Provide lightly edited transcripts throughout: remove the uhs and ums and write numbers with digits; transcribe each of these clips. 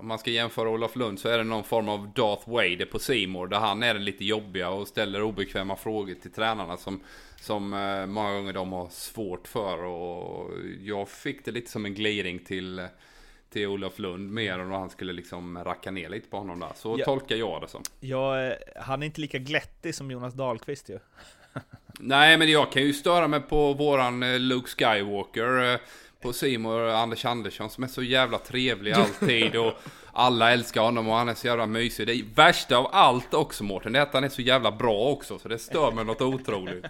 om man ska jämföra Olof Lund så är det någon form av Darth Vader på C More, där han är lite jobbiga och ställer obekväma frågor till tränarna som många gånger de har svårt för, och jag fick det lite som en glidning till Olof Lund mer, och han skulle liksom racka ner lite på honom där. Så tolkar jag det som. Ja, han är inte lika glättig som Jonas Dahlqvist ju. Nej, men jag kan ju störa mig på våran Luke Skywalker på Simon, Anders Andersson, som är så jävla trevlig alltid och alla älskar honom och han är så jävla mysig. Det värsta av allt också, Mårten, det är att han är så jävla bra också, så det stör mig något otroligt.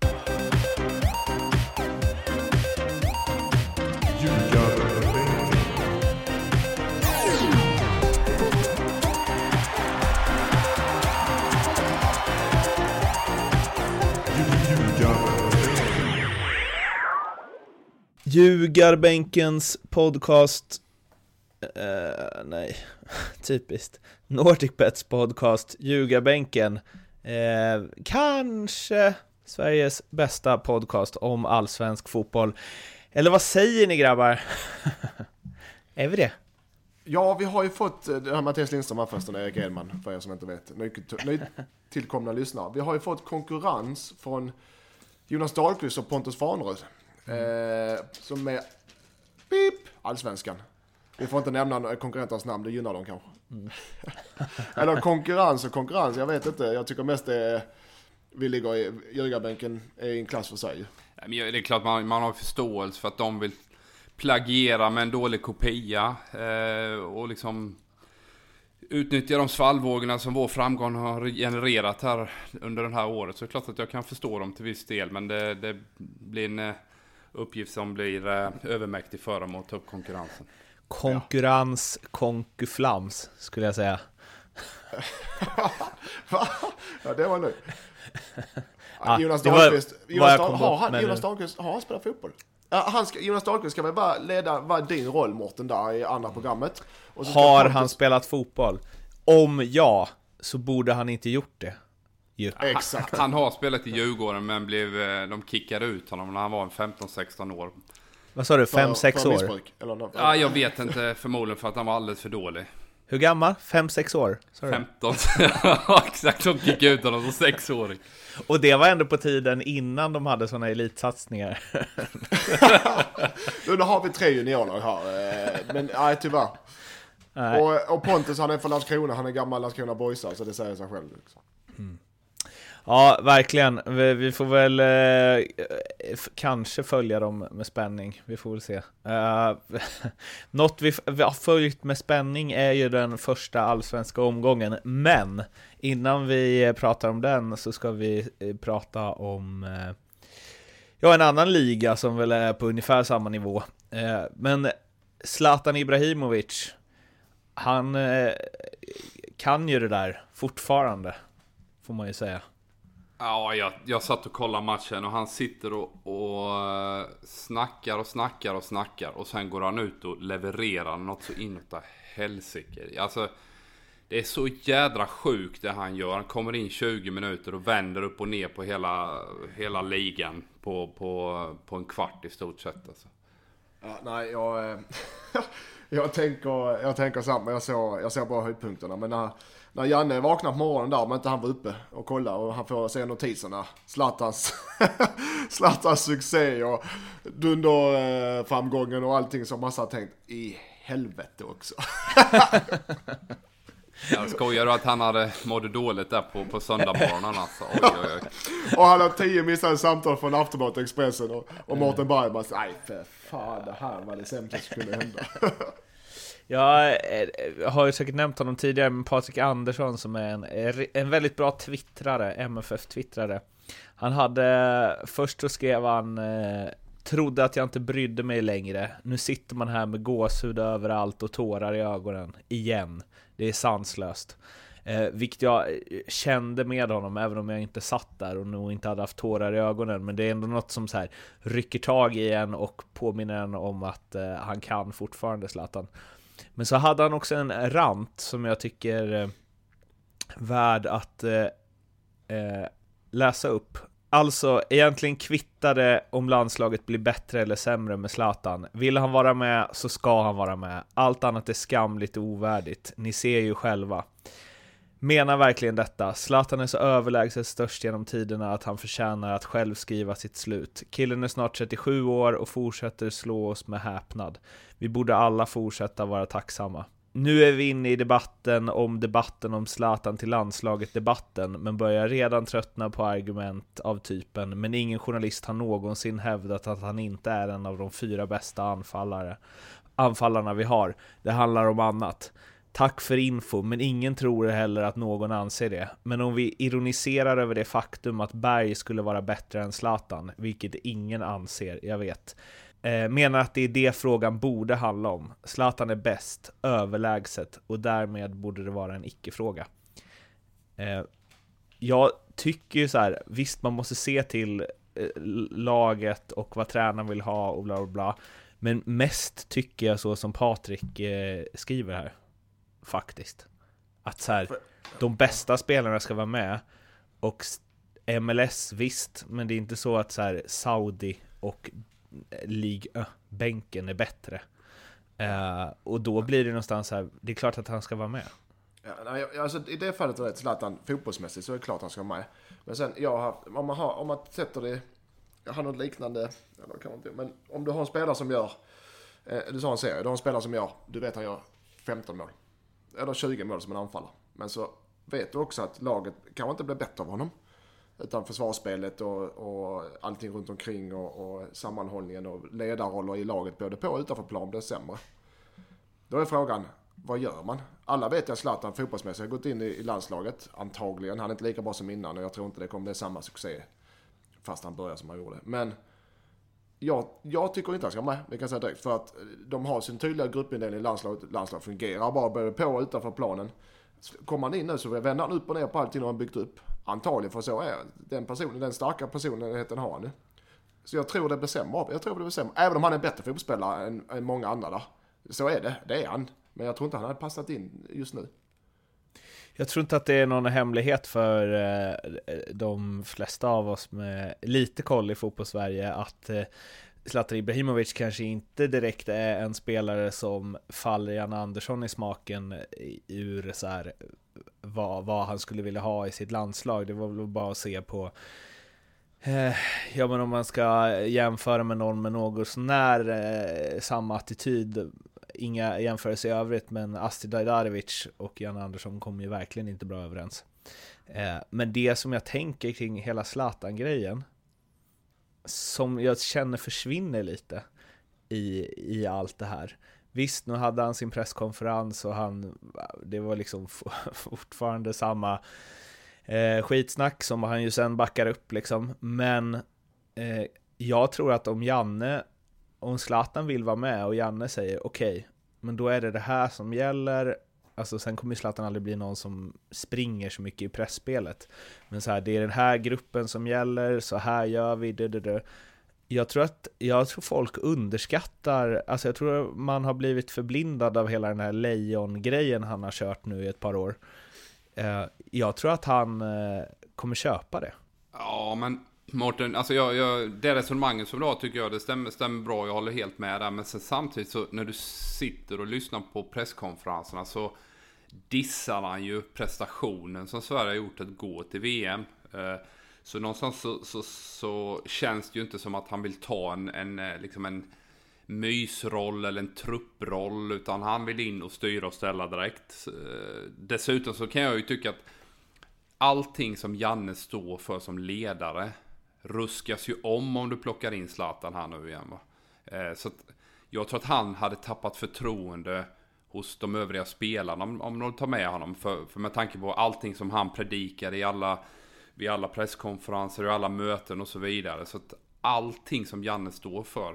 Ljugarbänkens podcast, nej, typiskt. NordicBets podcast, Ljugarbänken, kanske Sveriges bästa podcast om allsvensk fotboll. Eller vad säger ni, grabbar? Är vi det? Ja, vi har ju fått, det här Mattias Lindström var först och Erik Edman, för er som inte vet, nytillkomna lyssnare. Vi har ju fått konkurrens från Jonas Dahlqvist och Pontus Farnerud. Som är allsvenskan. Vi får inte nämna konkurrenternas namn, det gynnar dem kanske. Eller konkurrens, jag vet inte. Jag tycker mest vi ligger i Ljugarbänken i en klass för sig. Det är klart man har förståelse för att de vill plagiera med en dålig kopia och liksom utnyttja de svallvågorna som vår framgång har genererat här under det här året. Så det är klart att jag kan förstå dem till viss del, men det blir en uppgift som blir övermäktig för dem att ta upp konkurrensen. Konkurrens, konkuflams skulle jag säga. Ja, det var nu. Jonas Dahlqvist har han spelat fotboll? Jonas Dahlqvist ska väl bara vara din roll, Mårten, där i andra programmet. Och så har han spelat fotboll? Om ja, så borde han inte gjort det. Exakt. Han har spelat i Djurgården, men de kickade ut honom när han var 15-16 år. Vad sa du, 5-6 år? Ja, jag vet inte, förmodligen för att han var alldeles för dålig. Hur gammal? 5-6 år? 15. Ja, exakt, de kickade ut honom som 6-åring. Och det var ändå på tiden innan de hade såna elitsatsningar. Nu har vi 3 juniorer här. Men nej, tyvärr. Nej. Och Pontus, han är från Landskrona. Han är gammal Landskrona boysar, så det säger sig själv. Mm. Ja, verkligen. Vi får väl kanske följa dem med spänning. Vi får väl se. Något vi har följt med spänning är ju den första allsvenska omgången. Men innan vi pratar om den så ska vi prata om en annan liga som väl är på ungefär samma nivå. Men Zlatan Ibrahimovic, han kan ju det där fortfarande, får man ju säga. Ja, jag satt och kollade matchen och han sitter och snackar och sen går han ut och levererar något så inåt helsike. Alltså, det är så jädra sjukt det han gör. Han kommer in 20 minuter och vänder upp och ner på hela ligan på en kvart i stort sett. Alltså. Ja, nej, jag tänker samma. Jag ser bara höjdpunkterna, men när Janne vaknar på morgonen där, men inte han var uppe och kolla och han får se notiserna, Zlatans succé och dunder framgången och allting, som massa tänkt i helvete också. Jag skojar att han hade mådde dåligt där på söndagmorgonen alltså. Oj. Och han har 10 missade samtal från Aftonbladet Expressen och Mårten Bergman. Nej, för fan, det här var det sämsta som kunde hända. Jag har ju säkert nämnt honom tidigare, men Patrik Andersson som är en väldigt bra twittrare, MFF-twittrare. Han hade, först så skrev han, trodde att jag inte brydde mig längre. Nu sitter man här med gåshud överallt och tårar i ögonen igen. Det är sanslöst. Vilket jag kände med honom, även om jag inte satt där och nog inte hade haft tårar i ögonen. Men det är ändå något som så här rycker tag i en och påminner en om att han kan fortfarande, Zlatan. Men så hade han också en rant som jag tycker värd att läsa upp. Alltså, egentligen kvittade om landslaget blir bättre eller sämre med Zlatan. Vill han vara med så ska han vara med. Allt annat är skamligt och ovärdigt. Ni ser ju själva. Menar verkligen detta. Zlatan är så överlägset störst genom tiderna att han förtjänar att själv skriva sitt slut. Killen är snart 37 år och fortsätter slå oss med häpnad. Vi borde alla fortsätta vara tacksamma. Nu är vi inne i debatten om Zlatan till landslaget-debatten, men börjar redan tröttna på argument av typen men ingen journalist har någonsin hävdat att han inte är en av de 4 bästa anfallarna vi har. Det handlar om annat. Tack för info, men ingen tror heller att någon anser det. Men om vi ironiserar över det faktum att Berg skulle vara bättre än Zlatan, vilket ingen anser, jag vet, menar att det är det frågan borde handla om. Zlatan är bäst, överlägset, och därmed borde det vara en icke-fråga. Jag tycker ju så här, visst man måste se till laget och vad tränaren vill ha och bla bla bla, men mest tycker jag så som Patrik skriver här, faktiskt. Att så här, de bästa spelarna ska vara med, och MLS visst, men det är inte så att så här, Saudi och bänken är bättre. Och då blir det någonstans här, det är klart att han ska vara med. Ja, nej, alltså, i det fallet är det Zlatan fotbollsmässigt så är det klart att han ska vara med. Men sen, om man sätter det, jag har något liknande, eller kan man inte, men om du har en spelare som gör, du sa en serie, du har en spelare som gör, du vet han gör 15 mål. Eller 20 mål som en anfallare. Men så vet du också att laget kan inte bli bättre av honom. Utan försvarsspelet och allting runt omkring och sammanhållningen och ledarroller i laget både på och utanför plan blir sämre. Då är frågan, vad gör man? Alla vet att Zlatan fotbollsmässigt har gått in i landslaget. Antagligen. Han är inte lika bra som innan och jag tror inte det kommer bli samma succé. Fast han börjar som han gjorde. Men jag tycker inte han ska med. Det kan jag säga direkt. För att de har sin tydliga gruppindelning i landslaget. Landslaget fungerar bara både på och utanför planen. Kommer han in nu så vänder han upp och ner på allting han byggt upp. Antagligen, för så är den starka personligheten har han nu. Så jag tror det blir sämre. Även om han är bättre fotbollsspelare än många andra där. Så är det. Det är han. Men jag tror inte han hade passat in just nu. Jag tror inte att det är någon hemlighet för de flesta av oss med lite koll i fotbollssverige att Zlatan Ibrahimovic kanske inte direkt är en spelare som faller Jan Andersson i smaken ur så här, vad han skulle vilja ha i sitt landslag. Det var väl bara att se på men om man ska jämföra med någon med något sån här samma attityd, inga jämförelser i övrigt, men Astrid Ajdarevic och Jan Andersson kommer ju verkligen inte bra överens. Men det som jag tänker kring hela Zlatan-grejen som jag känner försvinner lite i allt det här. Visst, nu hade han sin presskonferens och det var liksom fortfarande samma skitsnack som han ju sen backar upp liksom. Men jag tror att om Zlatan vill vara med och Janne säger okej, men då är det här som gäller. Alltså sen kommer Zlatan aldrig bli någon som springer så mycket i pressspelet. Men så här, det är den här gruppen som gäller, så här gör vi det. Jag tror folk underskattar, alltså jag tror man har blivit förblindad av hela den här Lejon-grejen han har kört nu i ett par år. Jag tror att han kommer köpa det. Ja, men Mårten, alltså det resonemanget som du har tycker jag det stämmer bra, jag håller helt med där. Men sen samtidigt så när du sitter och lyssnar på presskonferenserna så dissar han ju prestationen som Sverige har gjort att gå till VM. Så någonstans så känns det ju inte som att han vill ta en mysroll eller en trupproll, utan han vill in och styra och ställa direkt. Dessutom så kan jag ju tycka att allting som Janne står för som ledare ruskas ju om du plockar in Zlatan här nu igen, va? Så att jag tror att han hade tappat förtroende hos de övriga spelarna om de tar med honom. För med tanke på allting som han predikade vid alla presskonferenser och alla möten och så vidare. Så att allting som Janne står för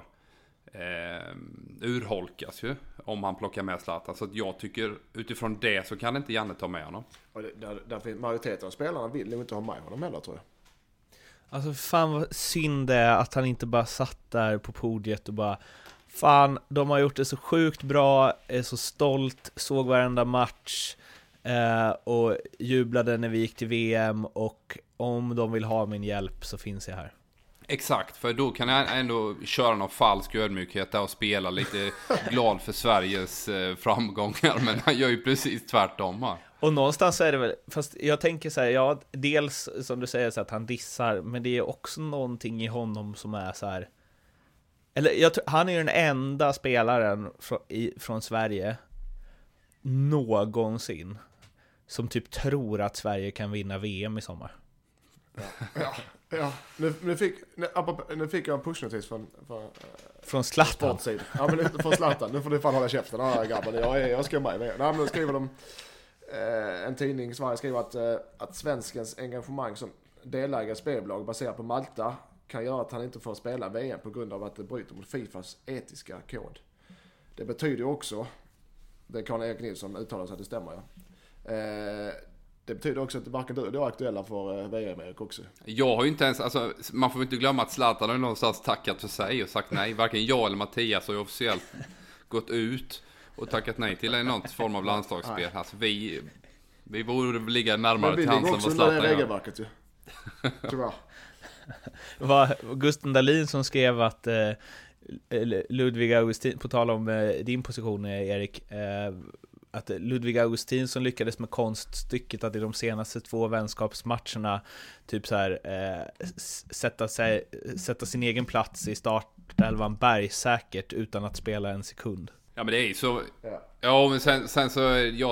urholkas ju om han plockar med Zlatan. Så att jag tycker utifrån det så kan inte Janne ta med honom. Och därför majoriteten av spelarna vill ju inte ha med honom heller, tror jag. Alltså fan vad synd det är att han inte bara satt där på podiet och bara fan, de har gjort det så sjukt bra, är så stolt, såg varenda match, och jublade när vi gick till VM, och om de vill ha min hjälp så finns jag här. Exakt, för då kan jag ändå köra någon falsk ödmjukhet där och spela lite glad för Sveriges framgångar, men han gör ju precis tvärtom här. Och någonstans är det väl, fast jag tänker så här, ja, dels som du säger så att han dissar, men det är också någonting i honom som är så här, eller han är ju den enda spelaren från Sverige någonsin som typ tror att Sverige kan vinna VM i sommar. Ja. Nu fick jag en pushnotis från Zlatan. Ja, men från Zlatan. Nu får du fan hålla käften. Ja, grabben, jag ska med. Nej, men nu skriver de en tidning, Sverige skriver att svenskens engagemang som delägare i spelbolag baserat på Malta kan göra att han inte får spela VM på grund av att det bryter mot Fifas etiska kod. Det betyder ju också, det kan Erik Nilsson uttala sig att det stämmer, ja. Det betyder också att varken du och jag är aktuella för VM, Erik, också. Jag har ju inte ens, alltså, man får inte glömma att Zlatan har någonstans tackat för sig och sagt nej. Varken jag eller Mattias har ju officiellt gått ut och tackat nej till någon form av landslagsspel. Alltså vi borde ligga närmare till hans än vad Zlatan gör. Regelverket ju. Tyvärr. Det var Gusten Dahlin som skrev att Ludvig Augustin, på tal om din position, Erik, att Ludvig Augustin som lyckades med konststycket att i de senaste 2 vänskapsmatcherna typ så här sätta sin egen plats i startelvan bergsäkert utan att spela en sekund. Ja, men det är ju så. Ja, men sen så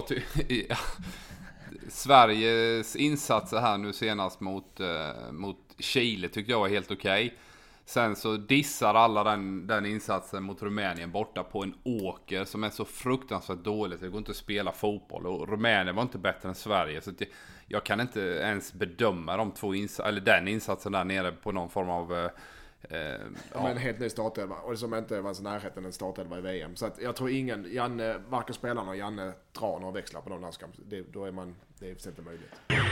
Sveriges insatser här nu senast mot Chile tycker jag var helt okej. Sen så dissar alla den insatsen mot Rumänien borta på en åker som är så fruktansvärt dåligt. Det går inte att spela fotboll, och Rumänien var inte bättre än Sverige, så jag kan inte ens bedöma de två eller den insatsen där nere på någon form av men en helt ny startelva, och som inte var så närheten en startelva i VM. Så att jag tror varken spelarna och Janne drar några växlar på någon landskamp. Det är inte möjligt.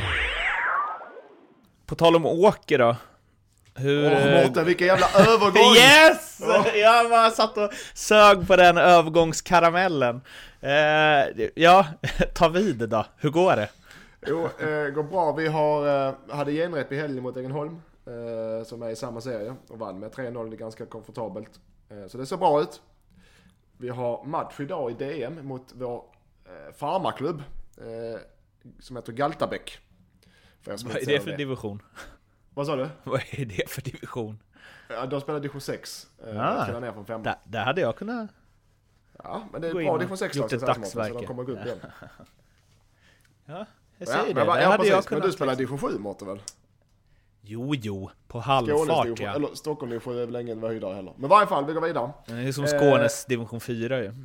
På tal om åker då. Mårten, vilken jävla övergång! Yes! Jag bara satt och sög på den övergångskaramellen. Ja, ta vid då. Hur går det? Jo, går bra. Vi hade genrep i helgen mot Ängelholm, som är i samma serie, och vann med 3-0. Det är ganska komfortabelt. Så det ser bra ut. Vi har match idag i DM mot vår farmaklubb som heter Galtabäck. Vad är det för division? Vad sa du? Vad är det för division? Ja, de spelar division 6. Ner från 5. Där hade jag kunnat. Ja, men det är bra division 6-lag så de kommer gå upp igen. Ja, jag säger det. Ja, precis. Men du spelar division 7, Mårten, väl? Jo, på halvfart, ja. Eller Stockholm division 7 är väl ingen höjdare heller. Men i varje fall, vi går vidare. Det är som Skånes division 4 ju.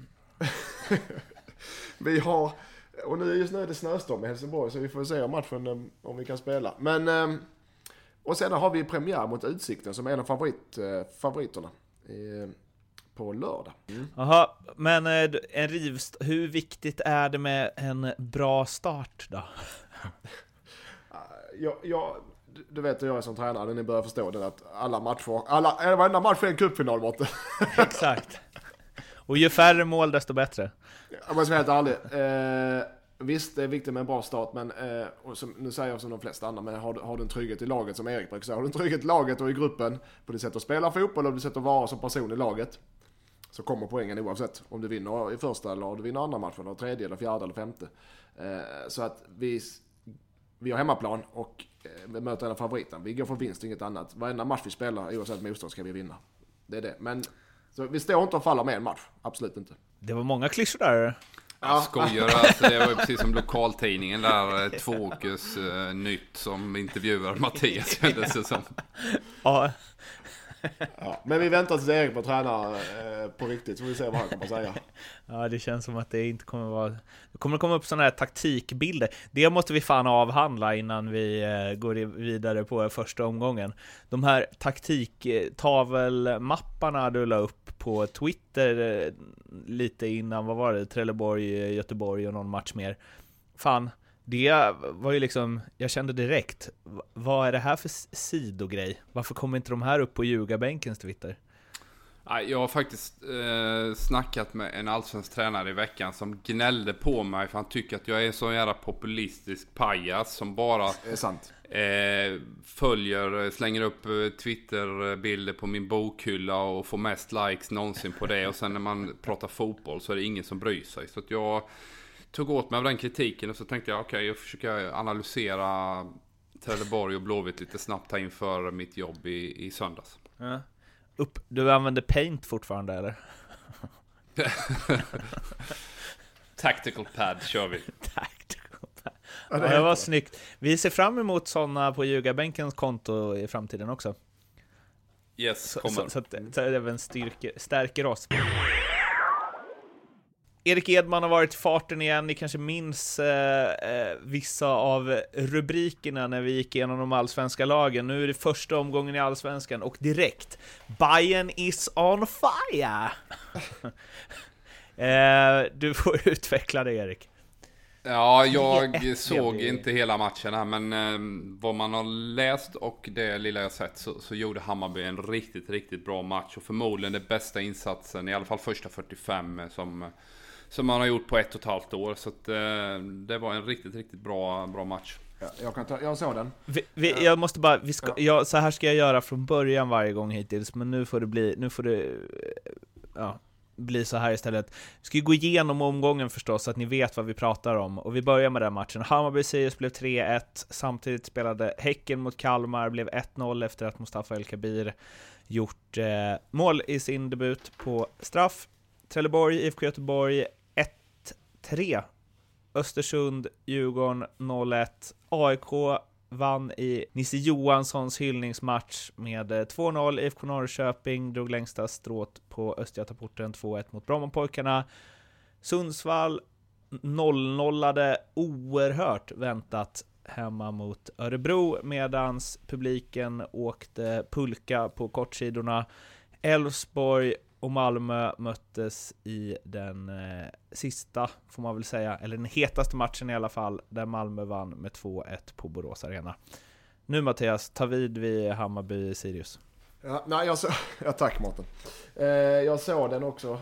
Vi har, och just nu är det snöstorm i Helsingborg, så vi får se om matchen om vi kan spela. Men och sen har vi premiär mot Utsikten som är en av favoriterna på lördag. Jaha, men hur viktigt är det med en bra start då? Du vet, jag är som tränare, när ni börjar förstå det, att varenda match är en cupfinal, Mårten. Exakt. Och ju färre mål desto bättre. Jag måste vara helt ärlig. Visst, det är viktigt med en bra start, men nu säger jag som de flesta andra, men har du en trygghet i laget, som Erik brukar säga, har du en trygghet i laget och i gruppen på det sätt att spela fotboll och det sätt att vara som person i laget, så kommer poängen oavsett om du vinner i första eller om du vinner andra matchen, eller tredje eller fjärde eller femte. Så att vi har hemmaplan och vi möter en av favoriten. Vi går för vinst, inget annat. Varenda match vi spelar, oavsett motstånd, ska vi vinna. Det är det. Men så vi står inte och faller med en match. Absolut inte. Det var många klyschor där. Ja, skojar. Alltså, det var ju precis som lokaltidningen där, Tvååkers nytt som intervjuar Mattias. Ja. Ja, men vi väntar tills Erik på träna på riktigt, så vi ser vad han kommer att säga. Ja, det känns som att det inte kommer vara... Det kommer att komma upp sådana här taktikbilder. Det måste vi fan avhandla innan vi går vidare på första omgången. De här taktiktavelmapparna du la upp på Twitter lite innan, vad var det? Trelleborg, Göteborg och någon match mer. Fan, det var ju liksom, jag kände direkt, vad är det här för sidogrej? Varför kommer inte de här upp på Ljugarbänkens Twitter? Jag har faktiskt snackat med en allsvensk tränare i veckan som gnällde på mig för han tycker att jag är så jävla populistisk pajas som bara Det är sant. slänger upp Twitter-bilder på min bokhylla och får mest likes någonsin på det, och sen när man pratar fotboll så är det ingen som bryr sig. Så att jag tog åt mig av den kritiken och så tänkte jag okej, jag försöker analysera Trelleborg och Blåvitt lite snabbt här inför mitt jobb i söndags. Ja. Du använder Paint fortfarande eller? Tactical pad kör vi. Tactical pad. Ja, det var snyggt. Vi ser fram emot sådana på Ljugarbänkens konto i framtiden också. Yes, så att det även stärker oss. Erik Edman har varit i farten igen. Ni kanske minns vissa av rubrikerna när vi gick igenom de allsvenska lagen. Nu är det första omgången i allsvenskan och direkt Bayern is on fire. Du får utveckla det, Erik. Ja, jag såg inte hela matchen här, men vad man har läst och det lilla jag sett så gjorde Hammarby en riktigt, riktigt bra match och förmodligen den bästa insatsen, i alla fall första 45 som man har gjort på 1,5 år. Så att, det var en riktigt, riktigt bra match. Ja, jag såg den. Jag måste bara, så här ska jag göra från början varje gång hittills, men nu får det bli så här istället. Vi ska ju gå igenom omgången förstås så att ni vet vad vi pratar om. Och vi börjar med den matchen. Hammarby-Sirius blev 3-1. Samtidigt spelade Häcken mot Kalmar, blev 1-0 efter att Mustafa El Kabir gjort mål i sin debut på straff. Trelleborg, IFK Göteborg 1-3. Östersund, Djurgården 0-1. AIK vann i Nisse Johanssons hyllningsmatch med 2-0. IFK Norrköping drog längsta strået på Östgötaporten 2-1 mot Brommapojkarna. Sundsvall 0-0-ade oerhört väntat hemma mot Örebro medans publiken åkte pulka på kortsidorna. Elfsborg och Malmö möttes i den sista, får man väl säga, eller den hetaste matchen i alla fall, där Malmö vann med 2-1 på Borås Arena. Nu Mattias, ta vid Hammarby-Sirius. Ja, nej, tack Mårten. Jag såg den också,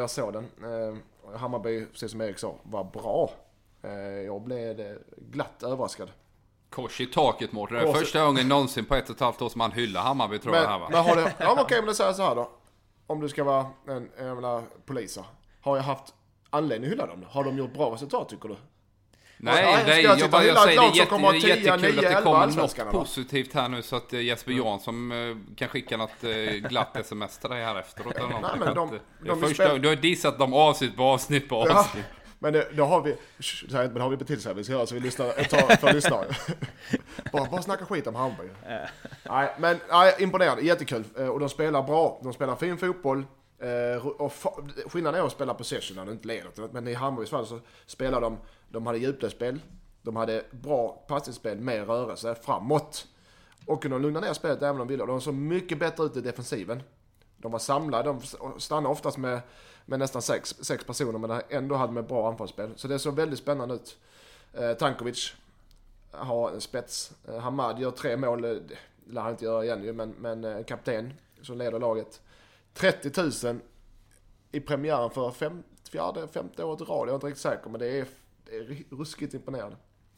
Hammarby, precis som Erik sa, var bra. Jag blev glatt överraskad. Kors i taket, Mårten. Det är första gången någonsin på 1,5 år som man hyllar Hammarby, tror jag här, va? Men har det, okej, men det säger så här då. Om du ska vara en poliser, har jag haft anledning att hylla dem? Har de gjort bra resultat, tycker du? Nej, jag säger det är jättekul att det kommer något positivt här nu, så att Jesper Jansson kan skicka något glatt sms till dig här efteråt. Eller något. Du har dissat dem avsnitt på avsnitt. Ja, men då har vi, men har vi betett sig, vi ska göra så vi lyssnar för lyssnare. bara snacka skit om Hammarby. Nej, imponerande, jättekul. Och de spelar bra, de spelar fin fotboll. Och skillnaden är att spela possession när det inte leder. Men i Hammarbys fall så spelar de hade djupledsspel, de hade bra passningsspel med rörelse framåt. Och kunde lugna ner spelet även om de ville. De såg mycket bättre ut i defensiven. De var samlade, de stannade oftast med nästan sex personer, men ändå hade med bra anfallsspel. Så det såg väldigt spännande ut. Tankovic har en spets. Hamad gör 3 mål, det lär han inte göra igen ju, men kapten som leder laget. 30 000 i premiären för 5:e året i rad. Jag är inte riktigt säker, men det är ruskigt imponerande.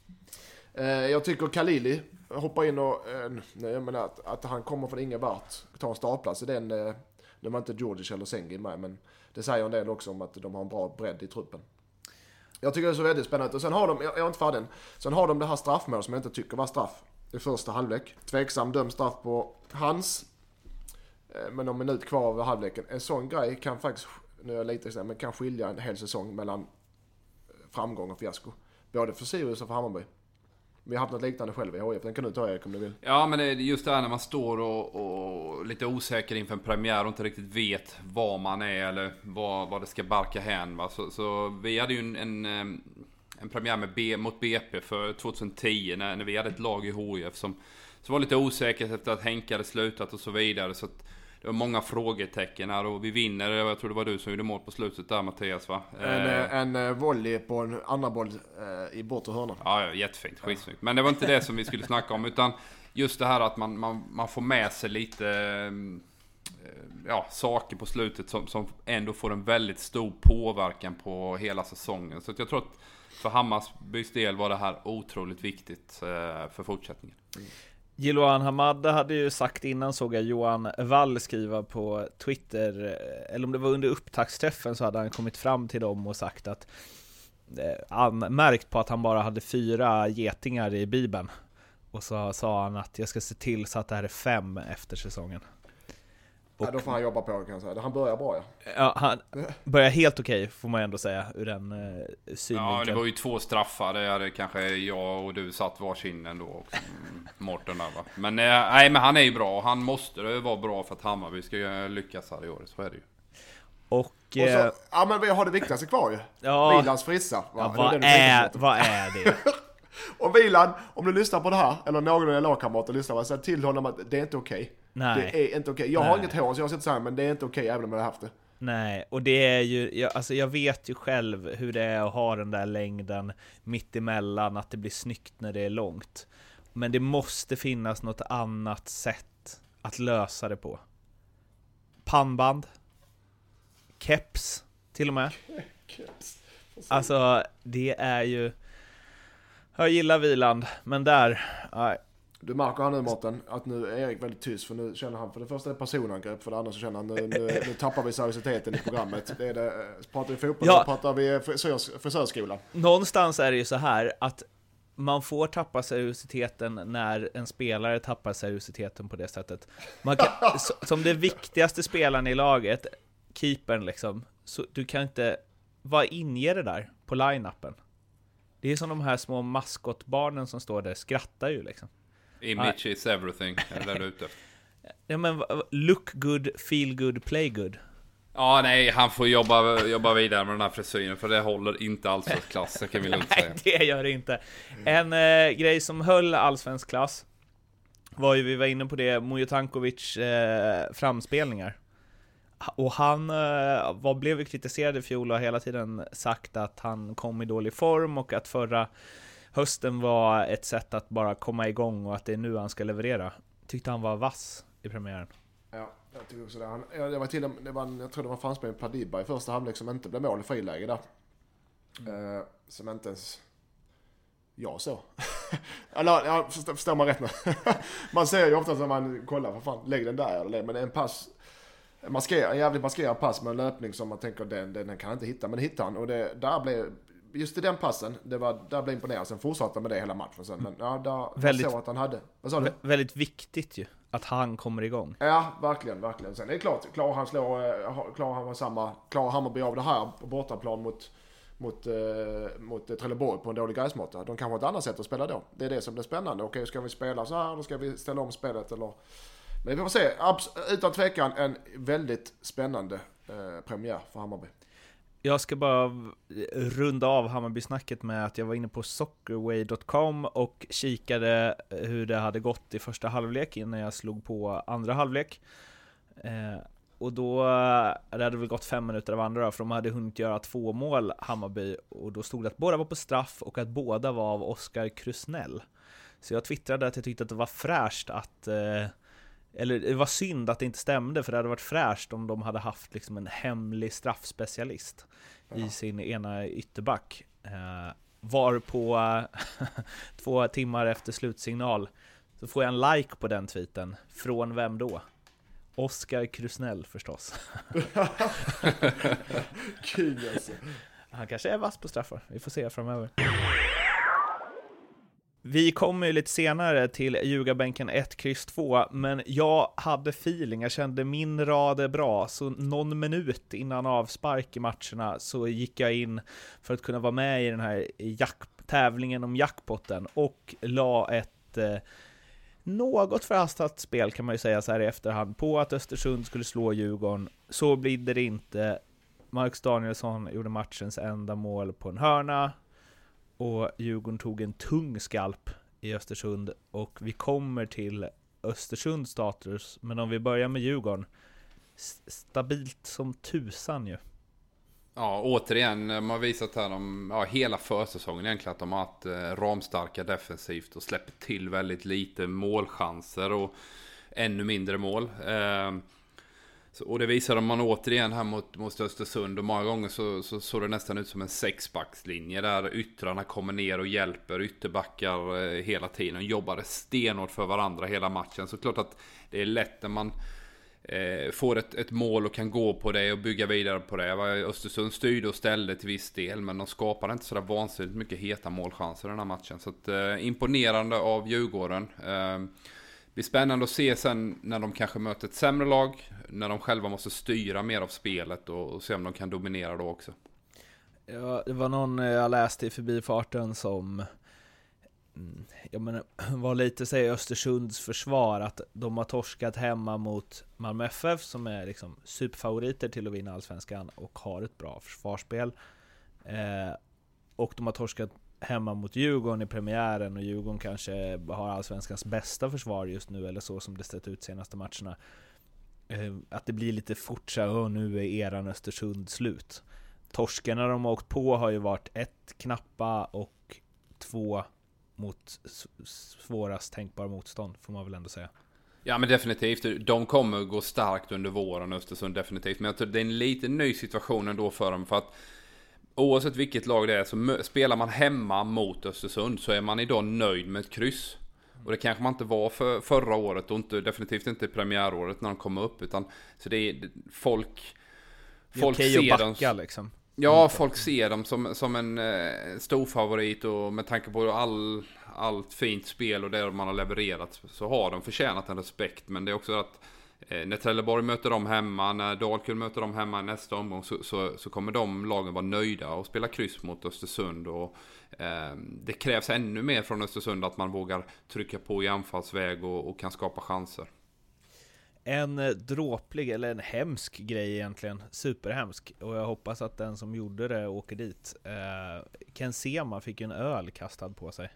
Jag tycker Khalili hoppar in och jag menar att han kommer från ingen vart, tar en startplats i den. Det var inte Georgic eller Sengi med, men det säger en del också om att de har en bra bredd i truppen. Jag tycker det är så väldigt spännande. Och sen har de, jag är inte färdig än, sen har de det här straffmål som jag inte tycker var straff i första halvlek. Tveksam dömd straff på Hans, men någon minut kvar av halvleken. En sån grej kan faktiskt, nu är jag lite extra, men kan skilja en hel säsong mellan framgång och fiasko. Både för Sirius och för Hammarby. Vi har haft något liknande själv i HF. Den kan du ta, Erik, om du vill. Ja, men det är just det här när man står och lite osäker inför en premiär och inte riktigt vet vad man är eller vad det ska barka hän, va? Så vi hade ju en premiär mot BP för 2010 när vi hade ett lag i HF som var lite osäkert efter att Henke hade slutat och så vidare. Så att det var många frågetecken här och vi vinner. Jag tror det var du som gjorde mål på slutet där, Mattias, va? En volley på en annan boll i bortre hörnan. Ja, jättefint, skitsnyggt. Men det var inte det som vi skulle snacka om, utan just det här att man får med sig lite saker på slutet som ändå får en väldigt stor påverkan på hela säsongen. Så att jag tror att för Hammarbys del var det här otroligt viktigt för fortsättningen. Jiloan Hamad hade ju sagt innan, såg jag Johan Wall skriva på Twitter, eller om det var under upptaktsträffen, så hade han kommit fram till dem och sagt att märkt på att han bara hade 4 getingar i Bibeln. Och så sa han att jag ska se till så att det här är 5 efter säsongen. Och då får han jobba på, kan jag säga. Han börjar bra, ja. Han börjar helt okej, får man ändå säga, ur den synvinkeln. Ja, det var ju 2 straffar. Det hade kanske jag och du satt varsin ändå också. Mårten där, va? Men han är ju bra. Han måste vara bra för att Hammarby ska lyckas här i år. Så är det ju. Och så, men vi har det viktigaste kvar ju. Ja, Wilans frissa. Ja, vad är det? Och Wilan, om du lyssnar på det här, eller någon av dina lagkamrater lyssnar, säg till honom att det är inte okej. Nej. Det är inte okej. Jag har inget hår, så jag ska inte säga, men det är inte okej även om jag har haft det. Nej, och det är ju, jag vet ju själv hur det är att ha den där längden mitt emellan, att det blir snyggt när det är långt. Men det måste finnas något annat sätt att lösa det på. Pannband, keps till och med. Keps. Alltså, det är ju... Jag gillar Wieland, men där... Nej. Du märker han nu, Mårten, att nu är Erik väldigt tyst, för nu känner han, för det första är personangrepp, för det andra så känner han nu tappar vi seriositeten i programmet. Pratar vi fotboll, ja. Pratar vi frisörskolan. Någonstans är det ju så här att man får tappa seriositeten när en spelare tappar seriositeten på det sättet. Man kan, som det viktigaste spelaren i laget, keepern liksom, så du kan inte vara inge det där på line-upen. Det är som de här små maskotbarnen som står där, skrattar ju liksom. Image is everything, är det ute. Ja, men look good, feel good, play good. Ja, nej, han får jobba vidare med den här frisyren, för det håller inte allsvensk klass, det kan vi lugnt säga. Nej, det gör det inte. En grej som höll allsvensk klass var ju, vi var inne på det, Mujo Tankovic framspelningar. Och han blev ju kritiserad i fjol och har hela tiden sagt att han kom i dålig form och att förra hösten var ett sätt att bara komma igång och att det är nu han ska leverera. Tyckte han var vass i premiären. Ja, jag tycker också det. Jag tror det var framspelning på Padiba i första halvlek som inte blev mål i friläge där. Som inte ens jag så. Eller, ja, förstår man rätt nu. Man ser ju ofta när man kollar, vad fan, lägg den där eller det. Men en pass, en jävligt maskerad pass med en löpning som man tänker den kan inte hitta, men hittar han. Och där blev, just i den passen, där blev imponerad. Sen fortsatte med det hela matchen sen. Men ja, där såg att han hade. Vad sa du? Väldigt viktigt ju, att han kommer igång. Ja, verkligen. Sen är det klart, klarar Hammarby av det här på bortaplan mot Trelleborg på en dålig gräsmatta. De kan ha ett annat sätt att spela då. Det är det som blir spännande. Okej, ska vi spela så här, då ska vi ställa om spelet eller... Men vi får se, utan tvekan en väldigt spännande premiär för Hammarby. Jag ska bara runda av Hammarby-snacket med att jag var inne på soccerway.com och kikade hur det hade gått i första halvlek innan jag slog på andra halvlek. Och då det hade väl gått 5 minuter av andra, för de hade hunnit göra 2 mål Hammarby, och då stod det att båda var på straff och att båda var av Oskar Krusnell. Så jag twittrade att jag tyckte att det var fräscht att... Eller det var synd att det inte stämde, för det hade varit fräscht om de hade haft liksom en hemlig straffspecialist i sin ena ytterback. Var på 2 timmar efter slutsignal så får jag en like på den tweeten. Från vem då? Oskar Krusnell förstås. King alltså. Han kanske är vass på straffar. Vi får se framöver. Vi kommer ju lite senare till Ljugarbänken 1-2, men jag hade feeling, jag kände min rad är bra, så någon minut innan avspark i matcherna så gick jag in för att kunna vara med i den här tävlingen om jackpotten och la ett något förhastat spel, kan man ju säga så här i efterhand, på att Östersund skulle slå Djurgården. Så blir det inte. Marcus Danielsson gjorde matchens enda mål på en hörna. Och Djurgården tog en tung skalp i Östersund. Och vi kommer till Östersunds status. Men om vi börjar med Djurgården. Stabilt som tusan ju. Ja, återigen, man har visat här hela försäsongen egentligen att de har haft ramstarka defensivt och släpper till väldigt lite målchanser och ännu mindre mål. Och det visade man återigen här mot Östersund, och många gånger så såg det nästan ut som en 6-backslinje där yttrarna kommer ner och hjälper ytterbackar hela tiden och jobbade stenhårt för varandra hela matchen. Så klart att det är lätt när man får ett mål och kan gå på det och bygga vidare på det. Östersund styrde och ställde till viss del, men de skapade inte sådär vansinnigt mycket heta målchanser i den här matchen. Så att, imponerande av Djurgården. Det blir spännande att se sen när de kanske möter ett sämre lag, när de själva måste styra mer av spelet och se om de kan dominera då också. Ja, det var någon jag läste i förbifarten som var lite säger Östersunds försvar, att de har torskat hemma mot Malmö FF som är liksom superfavoriter till att vinna Allsvenskan och har ett bra försvarsspel, och de har torskat hemma mot Djurgården i premiären, och Djurgården kanske har Allsvenskans bästa försvar just nu, eller så som det sett ut senaste matcherna. Att det blir lite fort så här, nu är eran Östersund slut. Torskarna de har åkt på har ju varit 1 knappa och 2 mot svårast tänkbara motstånd, får man väl ändå säga. Ja, men definitivt. De kommer gå starkt under våren, Östersund, definitivt. Men jag tror det är en lite ny situation ändå för dem, för att oavsett vilket lag det är, så spelar man hemma mot Östersund så är man idag nöjd med ett kryss. Och det kanske man inte var för förra året, och definitivt inte i premiäråret när de kom upp, utan så det är folk ser dem liksom. Ja, folk ser dem som en stor favorit, och med tanke på allt fint spel och det man har levererat så har de förtjänat en respekt. Men det är också att när Trelleborg möter dem hemma, när Dalkurd möter dem hemma nästa omgång, så kommer de lagen vara nöjda och spela kryss mot Östersund. Och det krävs ännu mer från Östersund, att man vågar trycka på i anfallsväg och kan skapa chanser. En dråplig, eller en hemsk grej egentligen, superhemsk, och jag hoppas att den som gjorde det åker dit. Ken Sema fick en öl kastad på sig.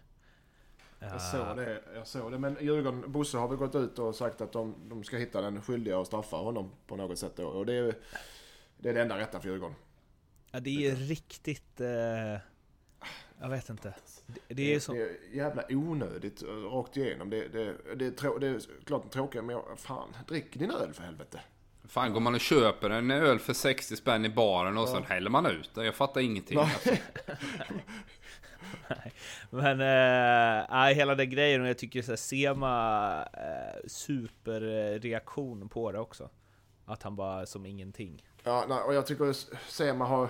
Jag såg det, men Djurgården, Bosse har väl gått ut och sagt att de ska hitta den skyldiga och straffa honom på något sätt då. Och det är det enda rätta för Djurgården. Ja, det är riktigt jag vet inte. Det är så... Det är jävla onödigt rakt igenom. Det är klart tråkigt, men fan, drick din öl för helvete. Fan, går man och köper en öl för 60 spänn i baren och sen häller man ut det? Jag fattar ingenting. Alltså. Men hela den grejen, och jag tycker så här, Sema superreaktion på det också. Att han bara som ingenting. Ja, nej, och jag tycker Sema har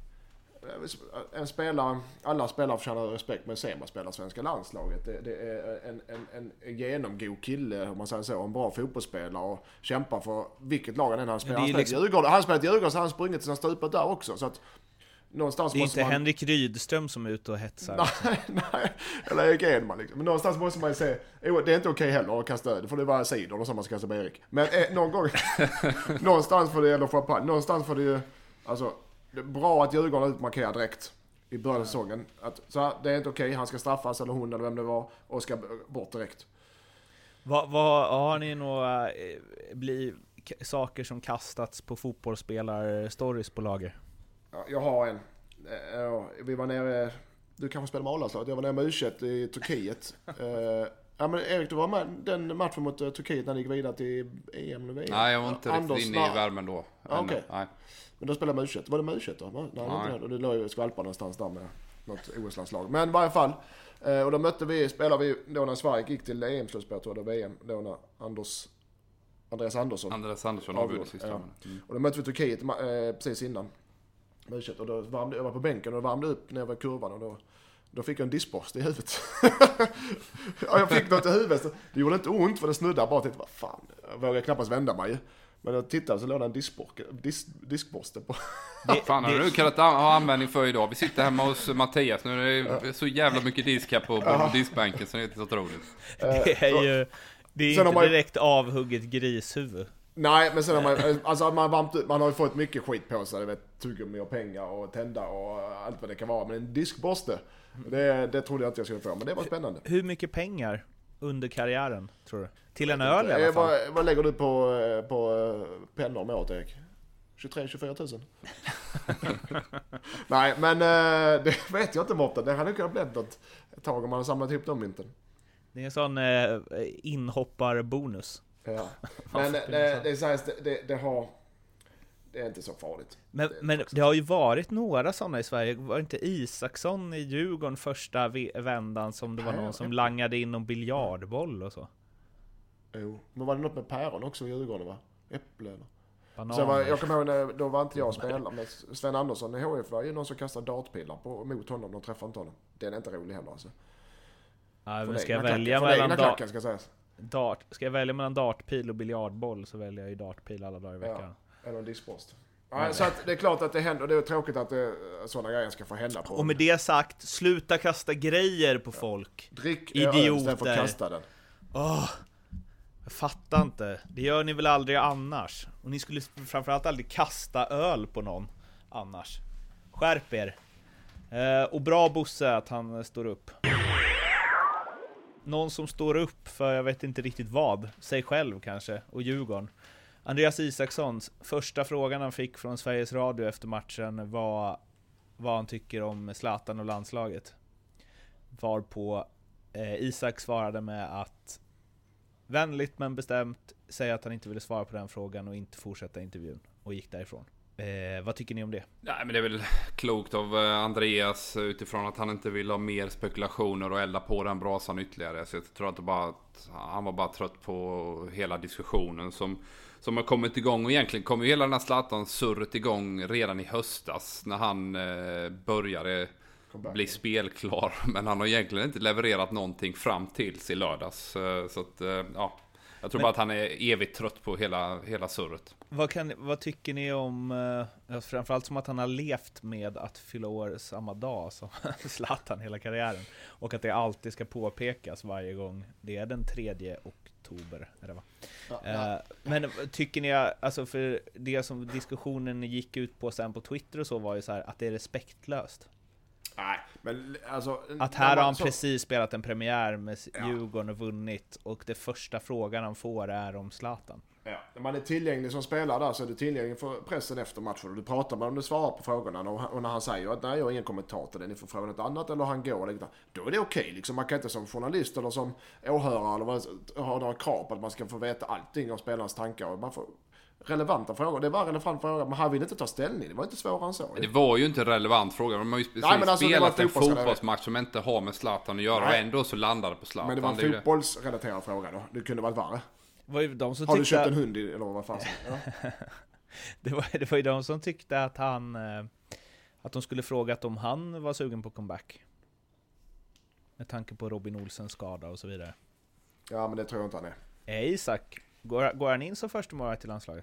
alla spelare förtjänar respekt, men Sema spelar svenska landslaget. Det är en genomgod kille, om man säger så, en bra fotbollsspelare och kämpar för vilket lag han spelar. Han spelar i Djurgården, så han sprungit till stupet där också, så att någonstans det är inte Henrik Rydström som är ute och hetsar. Nej, eller Erik Edman liksom. Men någonstans måste man ju se, det är inte okej heller att kasta öd, det får det vara sidor och så man ska kasta med Erik. Men någon gång någonstans får det gälla få på. Någonstans får det ju, alltså, det är bra att Djurgården utmarkerar direkt i början av säsongen att så här, det är inte okej, han ska straffas eller hon eller vem det var och ska bort direkt. Vad har ni några saker som kastats på fotbollsspelare-stories på lager? Ja, jag har en. Vi var nere, du kanske spelar med A-landslaget, jag var nere med U21 i Turkiet. Ja, men Erik, du var med den matchen mot Turkiet när ni gick vidare till EM eller VM? Nej, jag var inte riktigt inne i värmen då. Okej. Nej. Men då spelade med U21. Var det med U21 då? Nej. Och det låg ju skvalpar någonstans där med något OS-landslag. Men i varje fall. Och då spelade vi då när Sverige gick till EM-slutspel, tror jag, då VM. Då när Andreas Andersson avgjorde sista. Ja. Och då mötte vi Turkiet precis innan. Och då jag var på bänken och värmde upp när jag var i kurvan, och då fick jag en diskborst i huvudet. Ja, jag fick något i huvudet. Det gjorde inte ont, för det snuddade bara till. Vad fan, jag vågade knappast vända mig. Men jag tittade så låg det en diskborste på. Fan, har du kunnat ha användning för idag? Vi sitter hemma hos Mattias. Nu är det så jävla mycket disk här på diskbänken, så det är inte så otroligt. Det är inte direkt avhugget grishuvud. Nej, men sen man har ju fått mycket skit på sig, vet, tuggummi och pengar och tända och allt vad det kan vara, men en diskborste, det trodde jag inte jag skulle få, men det var spännande. Hur mycket pengar under karriären, tror du? Till en öl i alla fall. Vad lägger du på pennor med åt, Erik? 23-24 000? Nej, men det vet jag inte, Mårten. Det hade kunnat bli något ett tag om man har samlat ihop de mynten. Det är en sån inhopparbonus. Ja. Men det är inte så farligt. Men det har ju varit några sådana i Sverige. Var inte Isaksson i Djurgården första vändan som det var någon som langade in någon biljardboll och så? Jo, men var det något med päron också i Djurgården, va? Äpple eller? Bananer. Jag kommer ihåg, då var inte jag spelare, men Sven Andersson i HF var ju någon som kastade dartpilar mot honom. De träffade inte honom. Den är inte rolig heller alltså. Ja, men ska jag välja mellan ska jag välja mellan dartpil och biljardboll, så väljer jag ju dartpil alla dagar i veckan. Ja, eller en diskpost. Ja, så att det är klart att det händer, och det är tråkigt att sådana grejer ska få hända på. Och med det sagt, sluta kasta grejer på folk. Drick idioter istället för att kasta den. Jag fattar inte. Det gör ni väl aldrig annars? Och ni skulle framförallt aldrig kasta öl på någon annars. Skärp er. Och bra Bosse att han står upp. Någon som står upp för jag vet inte riktigt vad. Sig själv kanske. Och Djurgården. Andreas Isakssons första frågan han fick från Sveriges Radio efter matchen var vad han tycker om Zlatan och landslaget. Varpå Isak svarade med att vänligt men bestämt säga att han inte ville svara på den frågan och inte fortsätta intervjun och gick därifrån. Vad tycker ni om det? Nej, men det är väl klokt av Andreas utifrån att han inte vill ha mer spekulationer och elda på den brasan ytterligare. Så jag tror att han var bara trött på hela diskussionen som har kommit igång. Och egentligen kom ju hela den här Zlatan-surret igång redan i höstas när han började bli spelklar. Men han har egentligen inte levererat någonting fram tills i lördags. Så att, ja... Jag tror bara att han är evigt trött på hela surret. Vad tycker ni om, framförallt som att han har levt med att fylla år samma dag som Zlatan hela karriären. Och att det alltid ska påpekas varje gång. Det är den 3 oktober, är det va? Ja. Men tycker ni, alltså för det som diskussionen gick ut på sen på Twitter och så var ju så här att det är respektlöst. Nej, men alltså... Att här har han precis spelat en premiär med Djurgården och vunnit. Och det första frågan han får är om Zlatan. Ja, när man är tillgänglig som spelare där så är du tillgänglig för pressen efter matchen. Och du pratar med om du svarar på frågorna. Och när han säger att nej, jag har ingen kommentar till det, ni får fråga något annat eller han går eller då är det okej. Liksom, man kan inte som journalist eller som åhörare eller ha några krav på att man ska få veta allting om spelarnas tankar. Och man får relevanta frågor. Det var en relevant fråga, men han ville inte ta ställning. Det var inte svårare än så. Det var ju inte en relevant fråga. De har ju spelat en fotbollsmatch som inte har med Zlatan att göra. Och ändå så landade på Zlatan. Men det var en fotbollsrelaterad fråga då. Det kunde varit värre. Var ju de som har du köpt en hund eller vad fan? Ja. det var ju de som tyckte att att de skulle frågat om han var sugen på comeback. Med tanke på Robin Olsens skada och så vidare. Ja, men det tror jag inte han är. Isak, går han in som första målvakt till landslaget?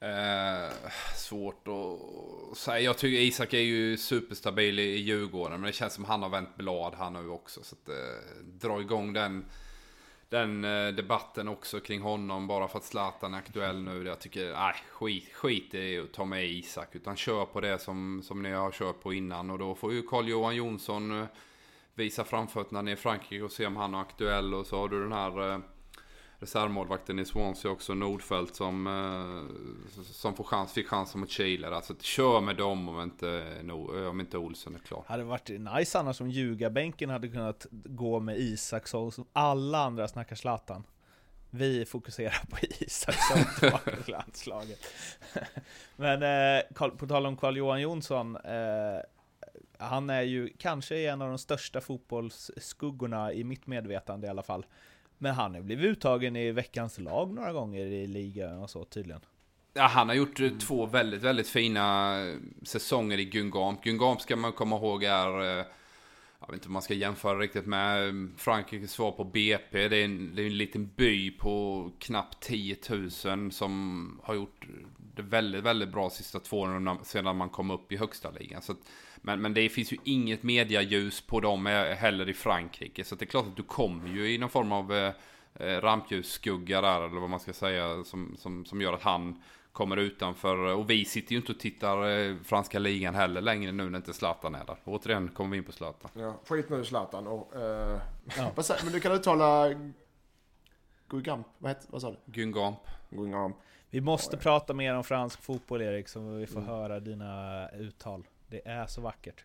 Svårt att säga. Jag tycker Isak är ju superstabil i Djurgården, men det känns som han har vänt blad han nu också. Så att dra igång den debatten också kring honom bara för att Zlatan är aktuell nu. Jag tycker, skit i att ta med Isak, utan kör på det som ni har kört på innan. Och då får ju Carl-Johan Jonsson visa framfötterna ner i Frankrike och se om han är aktuell. Och så har du den här reservmålvakten i Swansea också, Nordfeldt, som fick chansen mot Chile. Alltså kör med dem om inte Olsen är klar. Hade varit nice annars som ljugarbänken hade kunnat gå med Isaksson som alla andra snackar Zlatan. Vi fokuserar på Isaksson tillbaka till landslaget. Men på tal om Carl-Johan Jonsson, han är ju kanske en av de största fotbollsskuggorna i mitt medvetande i alla fall. Men han har blivit uttagen i veckans lag några gånger i ligan och så tydligen. Ja, han har gjort 2 väldigt, väldigt fina säsonger i Guingamp. Guingamp ska man komma ihåg är, jag vet inte om man ska jämföra riktigt med Frankrikes svar på BP. Det är en liten by på knappt 10 000 som har gjort det väldigt, väldigt bra sista 2 åren sedan man kom upp i högsta ligan. Så att, men det finns ju inget medialjus på dem heller i Frankrike. Så det är klart att du kommer ju i någon form av rampljusskugga där, eller vad man ska säga, som gör att han kommer utanför. Och vi sitter ju inte och tittar franska ligan heller längre nu när inte Zlatan är där. Återigen kommer vi in på Zlatan. Ja, skit nu Zlatan. Och, men du kan uttala Guingamp, vad sa du? Guingamp. Vi måste prata mer om fransk fotboll, Erik, så vi får höra dina uttal. Det är så vackert.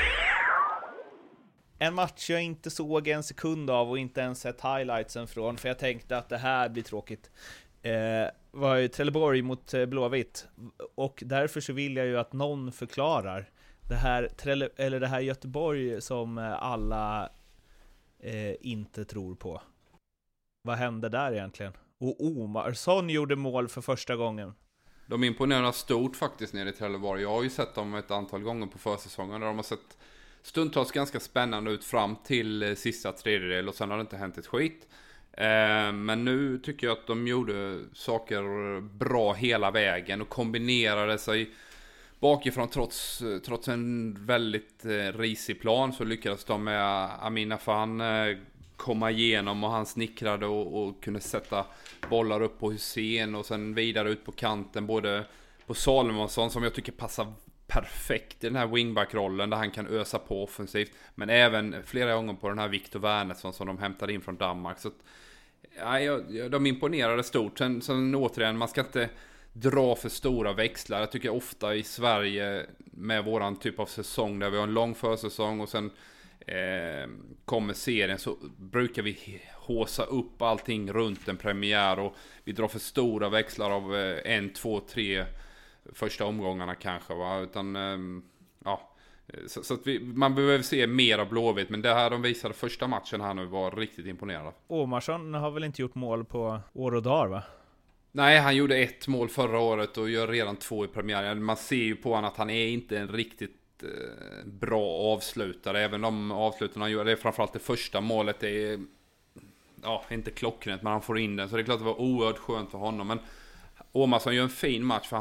En match jag inte såg en sekund av och inte ens sett highlightsen från, för jag tänkte att det här blir tråkigt. var ju Trelleborg mot Blåvitt. Och därför så vill jag ju att någon förklarar det här Göteborg som alla inte tror på. Vad hände där egentligen? Och Omarsson gjorde mål för första gången. De imponerar stort faktiskt nere i Trelleborg. Jag har ju sett dem ett antal gånger på försäsongen. Där de har sett stundtals ganska spännande ut fram till sista tredjedel. Och sen har det inte hänt ett skit. Men nu tycker jag att de gjorde saker bra hela vägen. Och kombinerade sig bakifrån trots en väldigt risig plan. Så lyckades de med Amin Afan komma igenom, och han snickrade och kunde sätta bollar upp på Hussein och sen vidare ut på kanten, både på Salomonsson som jag tycker passar perfekt i den här wingback-rollen där han kan ösa på offensivt, men även flera gånger på den här Victor Wernersson som de hämtade in från Danmark. Så att, ja, de imponerade stort. Sen återigen, man ska inte dra för stora växlar. Jag tycker ofta i Sverige med våran typ av säsong där vi har en lång försäsong och sen kommer serien, så brukar vi håsa upp allting runt en premiär och vi drar för stora växlar av 1, 2, 3 första omgångarna kanske, va? Utan ja, så att man behöver se mer av Blåvitt, men det här de visade första matchen här nu var riktigt imponerande. Omarsson har väl inte gjort mål på år och dagar, va? Nej, han gjorde 1 mål förra året och gör redan 2 i premiären. Man ser ju på honom att han är inte en riktigt bra avslutare. Även de avslutarna han gör, det är framförallt det första målet, det är inte klockrent, men han får in den. Så det är klart att det var oerhört skönt för honom. Men Omarsson gör en fin match, för han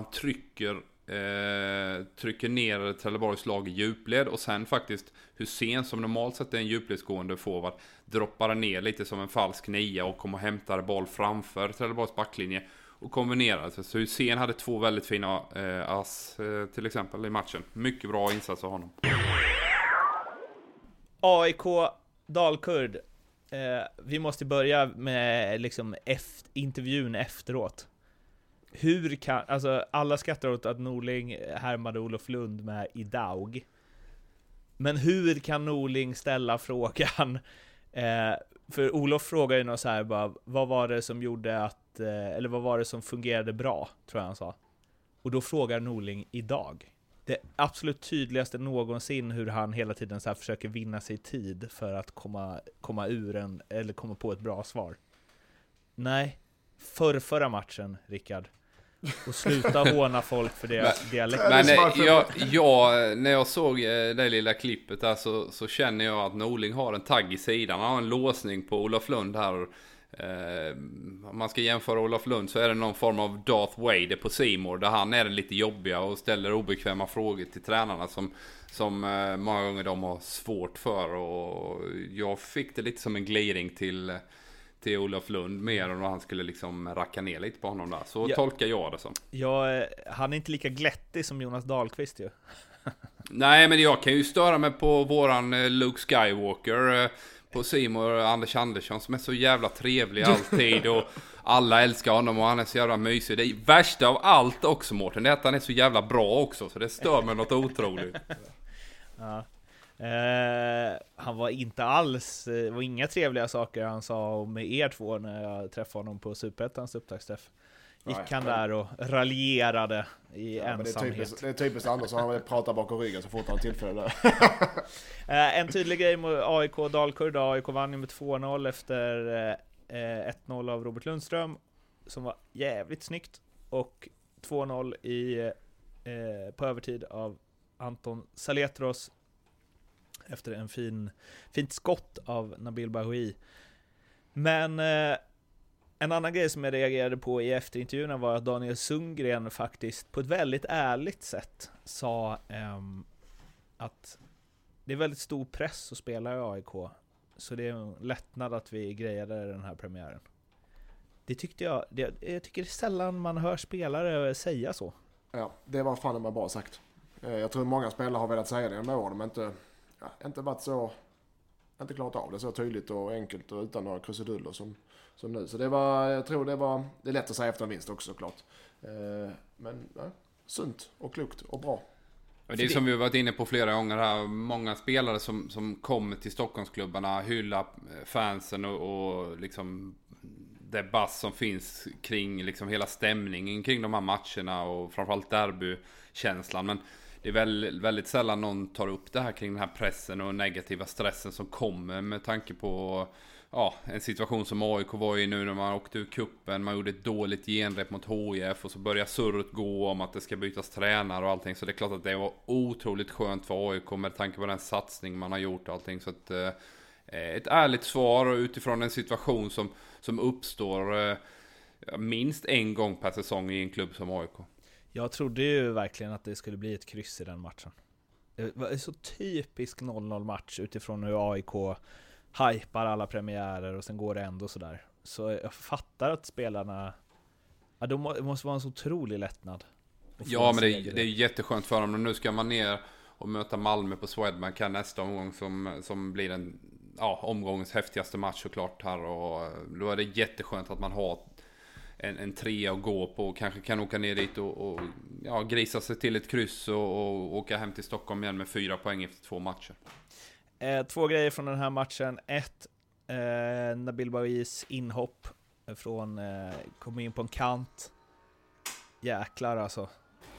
trycker ner Trelleborgs lag i djupled, och sen faktiskt Hussein, som normalt sett är en djupledsgående forward, droppar ner lite som en falsk nia och kommer och hämtar boll framför Trelleborgs backlinje och kombinerar. Så Hussein hade 2 väldigt fina ass till exempel i matchen. Mycket bra insats av honom. AIK Dalkurd. Vi måste börja med liksom intervjun efteråt. Hur kan, alltså alla skrattar åt att Norling härmade Olof Lund med i Daug. Men hur kan Norling ställa frågan? För Olof frågar ju något så här bara, vad var det som gjorde att, eller vad var det som fungerade bra, tror jag han sa. Och då frågar Norling idag. Det absolut tydligaste någonsin, hur han hela tiden så här försöker vinna sig tid för att komma ur eller komma på ett bra svar. Nej, förra matchen, Rickard. Och sluta håna folk för det dialekten. Men när jag såg det lilla klippet där, så känner jag att Norling har en tagg i sidan. Han har en låsning på Olof Lund här. Om man ska jämföra Olof Lund, så är det någon form av Darth Vader på C More, där han är den lite jobbiga och ställer obekväma frågor till tränarna som många gånger de har svårt för. Och jag fick det lite som en glidning till Olof Lund, mer än vad han skulle liksom racka ner lite på honom där. Så tolkar jag det som. Han är inte lika glättig som Jonas Dahlqvist ju. Nej, men jag kan ju störa mig på våran Luke Skywalker på Simon Anders Andersson, som är så jävla trevlig alltid och alla älskar honom och han är så jävla mysig. Det värsta av allt också, Mårten, det är att han är så jävla bra också, så det stör mig något otroligt. Ja. Han var inte alls, det var inga trevliga saker han sa om er två när jag träffade honom på Superettans upptaktsträff. Gick han där och raljerade i ensamhet. Det är typiskt Anders, han pratar bakom ryggen så fort han tillfälle. En tydlig grej mot AIK Dalkurd. AIK vann med 2-0 efter 1-0 av Robert Lundström, som var jävligt snyggt, och 2-0 på övertid av Anton Saletros efter en fint skott av Nabil Bahoui. Men en annan grej som jag reagerade på i efterintervjuerna var att Daniel Sundgren faktiskt på ett väldigt ärligt sätt sa att det är väldigt stor press att spela i AIK, så det är en lättnad att vi grejade den här premiären. Det tyckte jag tycker det är sällan man hör spelare säga så. Ja, det var fan man bara sagt. Jag tror många spelare har velat säga det de åren, men inte varit så, inte klart av det så tydligt och enkelt och utan några krusiduller som nu. Så det är lätt att säga efter en vinst också, såklart. Men sunt och klokt och bra. Det är som vi har varit inne på flera gånger här. Många spelare som kommer till Stockholmsklubbarna hyllar fansen och liksom det buzz som finns kring liksom hela stämningen kring de här matcherna och framförallt derbykänslan. Men det är väldigt sällan någon tar upp det här kring den här pressen och negativa stressen som kommer med tanke på en situation som AIK var i nu när man åkte ur kuppen. Man gjorde ett dåligt genrep mot HIF och så börjar surret gå om att det ska bytas tränare och allting. Så det är klart att det var otroligt skönt för AIK med tanke på den satsning man har gjort och allting. Så att ett ärligt svar utifrån en situation som uppstår minst en gång per säsong i en klubb som AIK. Jag trodde ju verkligen att det skulle bli ett kryss i den matchen. Det var en så typisk 0-0 match utifrån hur AIK hypar alla premiärer och sen går det ändå sådär. Så jag fattar att spelarna, det måste vara en så otrolig lättnad. Ja, men det är jätteskönt för dem. Nu ska man ner och möta Malmö på Swedbank här nästa omgång som blir en omgångens häftigaste match såklart här. Och då är det jätteskönt att man har en trea att gå på och kanske kan åka ner dit och grisa sig till ett kryss och åka hem till Stockholm igen med 4 poäng efter 2 matcher. 2 grejer från den här matchen. 1, Nabil Baouis inhopp kom in på en kant. Jäklar alltså.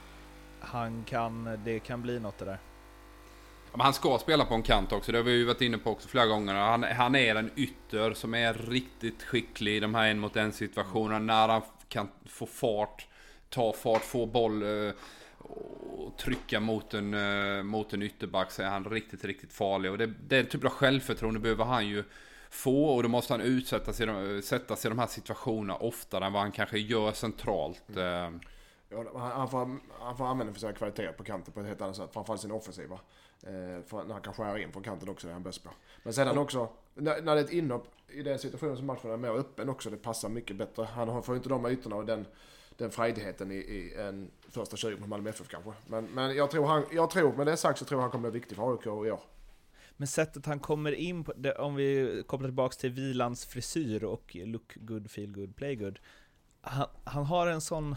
Det kan bli något det där. Men han ska spela på en kant också. Det har vi ju varit inne på också flera gånger. Han är en ytter som är riktigt skicklig i de här 1-mot-1 situationerna. När han kan få ta fart, få boll och trycka mot en ytterback, så är han riktigt, riktigt farlig. Och det typ av självförtroende behöver han ju få, och då måste han sätta sig i de här situationerna oftare än vad han kanske gör centralt. Ja, han får använda för sina kvaliteter på kanten på ett helt annat sätt, framförallt sin offensiva. För när han kan skära in från kanten också, det är han bäst på. Men sedan också, när det är ett inhopp i den situationen som matchen är mer öppen också, det passar mycket bättre. Han får inte de ytorna och den frejdigheten i en första 20 på Malmö FF kanske. Men jag tror, med det sagt så tror jag han kommer bli viktig för AIK i år. Men sättet han kommer in på, om vi kopplar tillbaka till Vilans frisyr och look good, feel good, play good. Han har en sån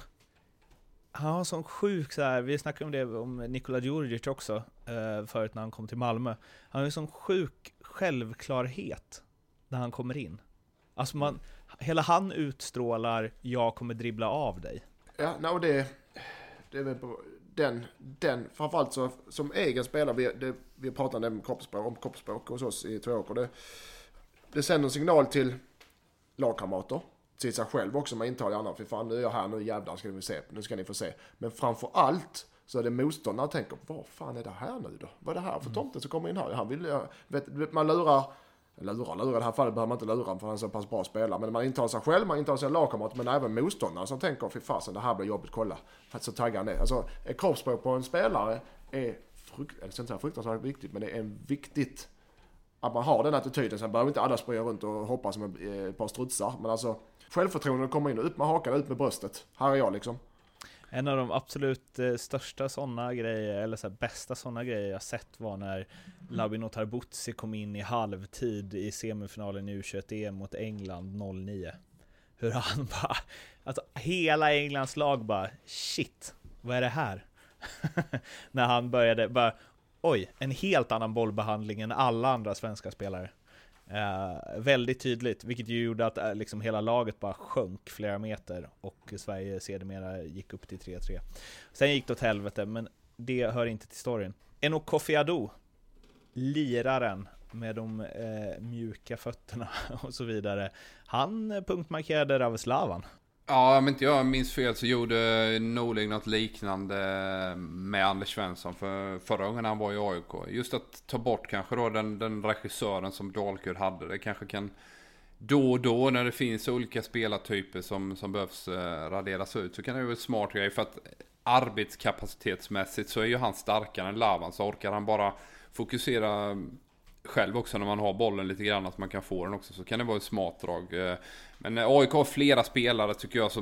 sjuk så här, vi snackade om det om Nikola Djurdjic också förut när han kom till Malmö. Han har en sån sjuk självklarhet när han kommer in. Alltså hela han utstrålar, jag kommer dribbla av dig. Ja, det är väl på den framförallt så som egen spelare, vi pratade om kroppsspråk hos oss i 2 år. Det sänder en signal till lagkamrater, till sig själv också, man intar i annan. För fan, nu är jag här, nu jävlar nu ska ni få se. Men framförallt så är det motståndare och tänker, vad fan är det här nu då? Vad är det här för tomte som kommer in här? Han vill, man lurar, i det här fallet behöver man inte lura för han är så pass bra spelare. Men man intar sig själv, man intar sig lagkamrat, men även motståndare som tänker, fy fasen, det här blir jobbigt, kolla. För att så taggar han det. Alltså, ett kroppsspråk på en spelare är fruktansvärt viktigt, men det är viktigt att man har den attityden. Sen behöver inte alla springa runt och hoppa som ett par strutsar. Men alltså, självförtroende kommer in och ut med hakan, ut med bröstet. Här är jag liksom. En av de absolut största sådana grejer, eller så här, bästa sådana grejer jag sett var när Labino Tarbuzzi kom in i halvtid i semifinalen i U21 mot England 09. Hur han bara, alltså hela Englands lag bara, shit, vad är det här? När han började bara, oj, en helt annan bollbehandling än alla andra svenska spelare. Väldigt tydligt, vilket ju gjorde att liksom hela laget bara sjönk flera meter och Sverige sedermera gick upp till 3-3. Sen gick det åt helvete, men det hör inte till storyn. Eno Kofi Adu, liraren med de mjuka fötterna och så vidare, han punktmarkerade Raveslavan. Ja, om inte jag minns fel så gjorde Norling något liknande med Anders Svensson för förra gången han var i AIK. Just att ta bort kanske då den regissören som Dalkurd hade. Det kanske kan då och då när det finns olika spelartyper som behövs raderas ut, så kan det vara ett smart grej, för att arbetskapacitetsmässigt så är ju han starkare än Lavan, så orkar han bara fokusera själv också när man har bollen lite grann, att man kan få den också, så kan det vara ett smart drag. Men AIK har flera spelare tycker jag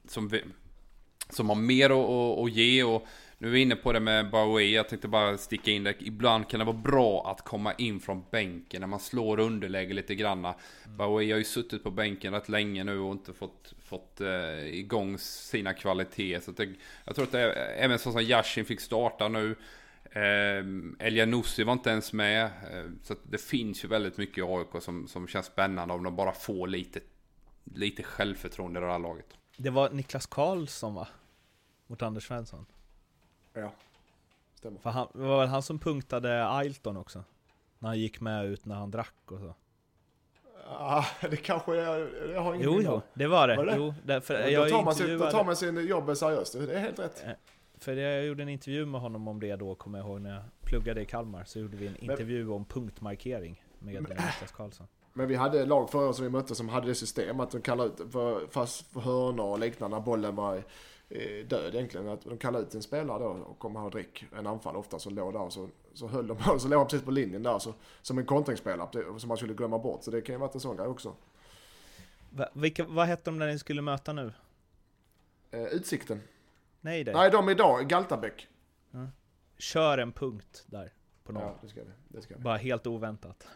som har mer att ge, och nu är vi inne på det med Baouis. Jag tänkte bara sticka in det. Ibland kan det vara bra att komma in från bänken när man slår underläge lite granna. Baouis har ju suttit på bänken rätt länge nu och inte fått igång sina kvaliteter, så jag tror att även så som Yashin fick starta nu. Elianossi var inte ens med, så att det finns ju väldigt mycket i AIK som känns spännande om de bara får lite självförtroende i det här laget. Det var Niklas Karlsson, va? Mot Anders Svensson. Ja, stämmer. För det var väl han som punktade Ailton också. När han gick med ut när han drack och så. Det kanske jag har ingen Jo, bild av. det var det. Var det? Jo, därför Då tar man sin jobb seriöst. Det är helt rätt. För jag gjorde en intervju med honom om det då, kommer jag ihåg, när jag pluggade i Kalmar. Så gjorde vi en intervju om punktmarkering med Niklas Karlsson. Men vi hade lag förra året som vi mötte som hade det system att de kallade ut för hörnor och liknande när bollen var död egentligen. Att de kallade ut en spelare då och kom här och drick en anfall ofta, så låg där och så höll de och så låg han precis på linjen där så, som en kontringsspelare som man skulle glömma bort. Så det kan ju vara en sån grej också. Vad hette de där ni skulle möta nu? Utsikten. Nej, de är idag, Galtabäck. Kör en punkt där på någon. Ja, det ska vi. Bara helt oväntat.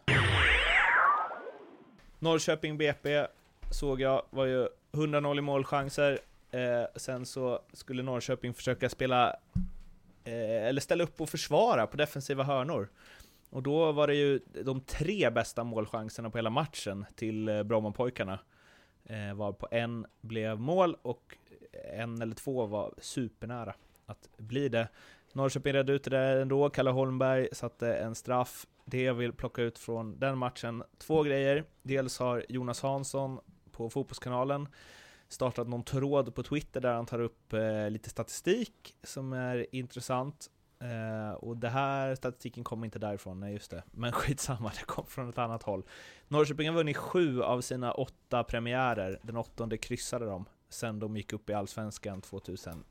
Norrköping BP såg jag var ju 100-0 i målchanser. Sen så skulle Norrköping försöka spela eller ställa upp och försvara på defensiva hörnor. Och då var det ju de 3 bästa målchanserna på hela matchen till Brommapojkarna. Var på en blev mål och 1 eller 2 var supernära att bli det. Norrköping redde ut det där ändå. Kalle Holmberg satte en straff. Det jag vill plocka ut från den matchen, 2 grejer. Dels har Jonas Hansson på Fotbollskanalen startat någon tråd på Twitter där han tar upp lite statistik som är intressant. Och det här statistiken kommer inte därifrån, nej just det. Men skitsamma, det kom från ett annat håll. Norrköping har vunnit 7 av sina 8 premiärer. Den 8:e kryssade de sen de gick upp i Allsvenskan 2010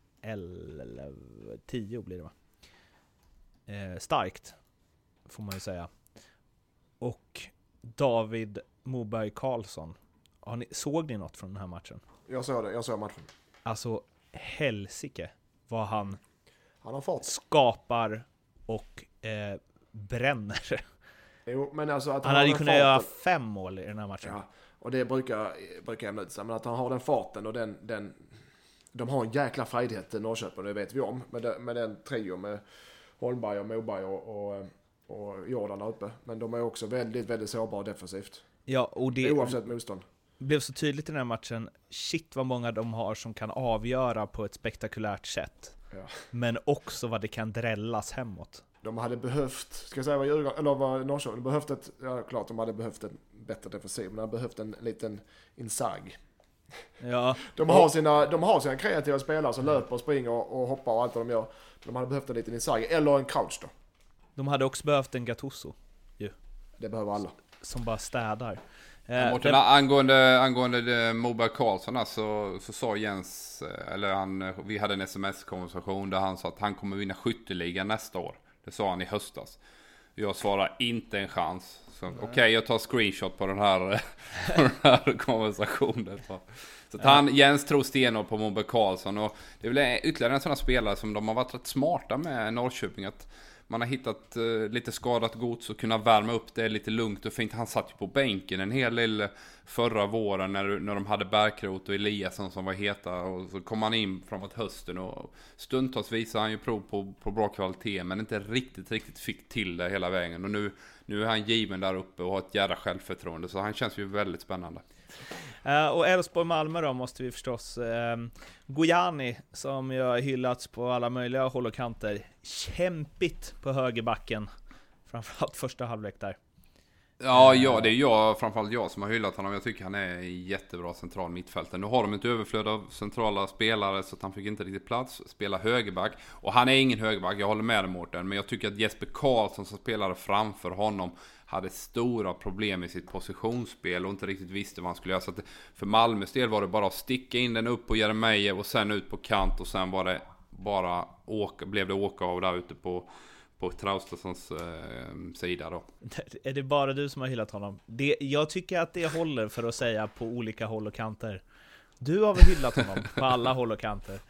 blir det, va? Starkt får man ju säga. Och David Moberg Karlsson, såg ni något från den här matchen? Jag såg matchen. Alltså helsike vad han har fått. Skapar och bränner. Jo, men alltså att han hade ju kunnat göra 5 mål i den här matchen. Ja, och det brukar jämna ut sig. Men att han har den farten och de har en jäkla frejdighet i Norrköping, det vet vi om. Med den trio med Holmberg och Moberg och Jordan där uppe. Men de är också väldigt, väldigt sårbara defensivt. Ja, och det oavsett motstånd. Blev så tydligt i den här matchen. Shit vad många de har som kan avgöra på ett spektakulärt sätt. Ja. Men också vad det kan drällas hemåt. De hade behövt, ska jag säga vad Norrköping behövt klart de hade behövt en bättre defensiv, men de hade behövt en liten insag. Ja. De har sina kreativa spelare som löper och springer och hoppar och allt vad de gör. De hade behövt en liten insag eller en crouch då. De hade också behövt en Gattuso. Det behöver alla. Som bara städar. Angående Moberg Karlsson så sa Jens, vi hade en sms-konversation där han sa att han kommer vinna skytteligan nästa år. Det sa han i höstas. Jag svarar inte en chans. Okej, jag tar screenshot på den här konversationen. Så Jens tror stenhårt på Moberg Karlsson. Och det är väl ytterligare en sån här spelare som de har varit rätt smarta med Norrköping. Att man har hittat lite skadat gods och kunna värma upp det lite lugnt och fint. Han satt ju på bänken en hel del förra våren när de hade Bärkrot och Eliasson som var heta. Och så kom han in framåt hösten och stundtals visade han ju prov på bra kvalitet, men inte riktigt fick till det hela vägen. Och nu är han given där uppe och har ett jävla självförtroende, så han känns ju väldigt spännande. Och Elfsborg-Malmö då måste vi förstås Gojani, som ju har hyllats på alla möjliga håll och kanter. Kämpigt på högerbacken, framförallt första halvlek där. Ja, det är framförallt jag som har hyllat honom. Jag tycker han är jättebra central mittfältare. Nu har de ett överflöd av centrala spelare så att han fick inte riktigt plats. Spela högerback. Och han är ingen högerback, jag håller med dig Mårten. Men jag tycker att Jesper Karlsson som spelade framför honom hade stora problem i sitt positionsspel och inte riktigt visste vad han skulle göra. Så att för Malmös del var det bara att sticka in den upp på Jeremejeff och sen ut på kant. Och sen var det bara blev det åka av där ute på Traustasons sida då. Är det bara du som har hyllat honom? Jag tycker att det håller för att säga på olika håll och kanter. Du har väl hyllat honom på alla håll och kanter.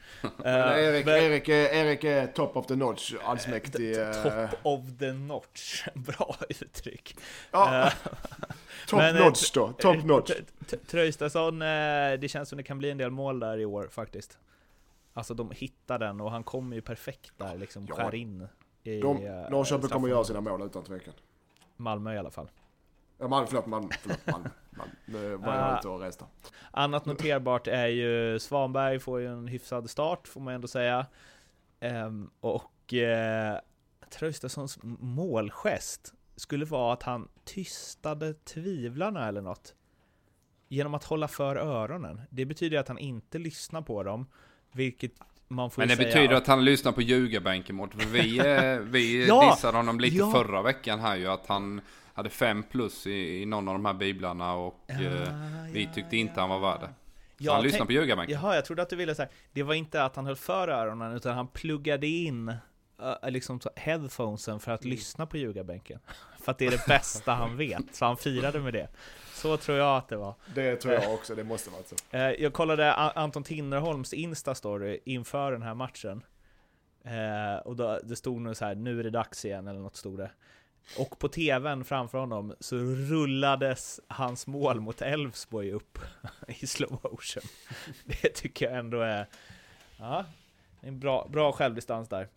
Erik är top of the notch, allsmäktig. Top of the notch. Bra uttryck. Ja. Top notch. Traustason, det känns som det kan bli en del mål där i år faktiskt. Alltså de hittar den och han kommer ju perfekt där liksom, skär in. Norrköping kommer göra sina mål utan tvekan. Malmö i alla fall. Malmö. Nu var jag ute och resta. Annat noterbart är ju Svanberg får ju en hyfsad start, får man ändå säga. Traustatssons målgest skulle vara att han tystade tvivlarna eller något genom att hålla för öronen. Det betyder att han inte lyssnar på dem, vilket man får. Men det säga betyder att han lyssnar på ljugarbänken mot. Vi dissade honom lite förra veckan här ju, att han hade 5+ i någon av de här biblarna och vi tyckte inte han var värd det. Så han lyssnar på ljugarbänken. Jaha, jag trodde att du ville säga. Det var inte att han höll för öronen, utan han pluggade in liksom headphonesen för att lyssna på ljugarbänken. För att det är det bästa han vet. Så han firade med det. Så tror jag att det var. Det tror jag också, det måste vara så. Jag kollade Anton Tinnerholms Insta-story inför den här matchen. Och då, det stod nog så här: nu är det dags igen, eller något stod det. Och på tvn framför honom så rullades hans mål mot Elfsborg upp i slow motion. Det tycker jag ändå är en bra självdistans där.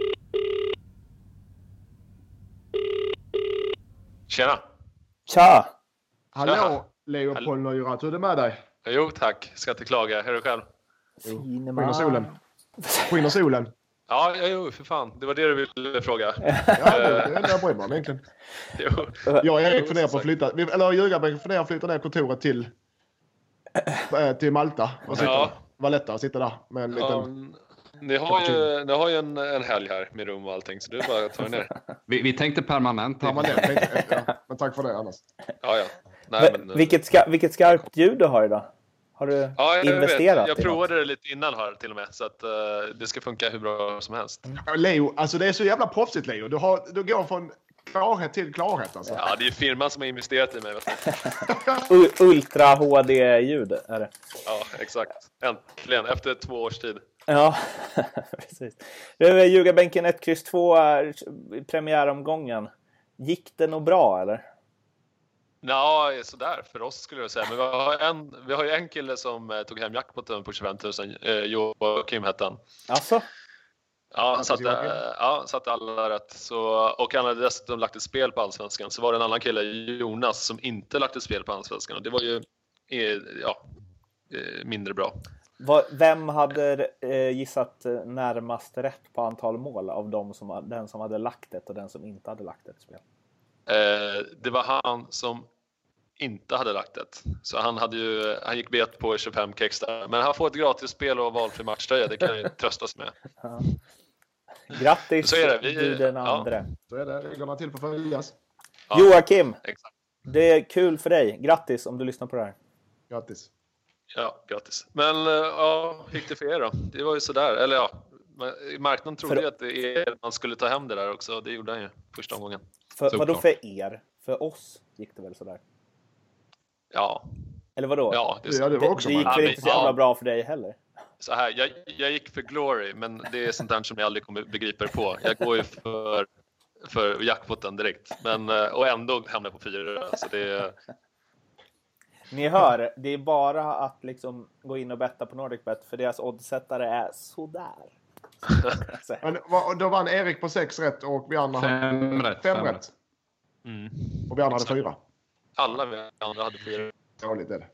Tjena! Tja! Hallå, Leopold Neurath, hur är det med dig? Jo tack, ska inte klaga. Hur är du själv? Skiner solen? Skiner solen? Ja, jo, för fan. Det var det du ville fråga. Ja, det är det jag bryr mig om egentligen. Jo. Jag och Erik funderar på att flytta, eller ljugarbänken funderar att flytta ner kontoret till Malta. Och var lättare att sitta där med en liten... Ni har ju en helg här med rum och allting, så det är bara att ta er ner. Vi tänkte permanent. Ja, men tack för det annars. Ja. Nej, men, vilket skarpt ljud du har idag. Har du investerat? Jag provade det lite innan här till och med, så att det ska funka hur bra som helst. Leo, alltså det är så jävla proffsigt, Leo. Du går från klarhet till klarhet alltså. Ja, det är firman som har investerat i mig. Ultra HD-ljud är det. Ja, exakt. Äntligen, efter 2 års tid. Ja, precis. Ljugarbänken 1-2 premiäromgången. Gick det nog bra, eller? Ja, sådär för oss skulle jag säga. Men vi har ju en kille som tog hem jackpotten på 25 000. Joakim hette han. Alltså? Ja, han satte alla rätt. Och han hade dessutom lagt ett spel på Allsvenskan. Så var det en annan kille, Jonas, som inte lagt ett spel på Allsvenskan. Och det var ju mindre bra. Vem hade gissat närmast rätt på antal mål av den som hade lagt ett och den som inte hade lagt ett spel? Det var han som inte hade lagt ett. Så han gick bet på 25 kex där. Men han får ett gratis spel och valfri matchtröja. Det kan ju tröstas med. Ja. Grattis, så är det. Du den andra. Så är det. Reglerna till för följas. Ja, Joakim, exakt. Det är kul för dig. Grattis om du lyssnar på det här. Grattis. Ja, grattis. Men gick det för er då? Det var ju sådär. Eller marknaden trodde ju att man skulle ta hem det där också. Det gjorde han ju första omgången. Vadå för er? För oss gick det väl sådär? Ja. Eller vadå? Ja, det var också det gick väl inte så jävla bra för dig heller? Så här, jag gick för glory, men det är sånt där som jag aldrig kommer begripa på. Jag går ju för jackpotten direkt. Men, och ändå hamnar på 4. Så det... Ni hör, det är bara att liksom gå in och betta på NordicBet, för deras oddsättare är sådär. Men då vann Erik på 6 rätt och vi andra hade 5 rätt. Mm. Och vi andra hade 4. Alla vi andra hade 4. Dåligt är det.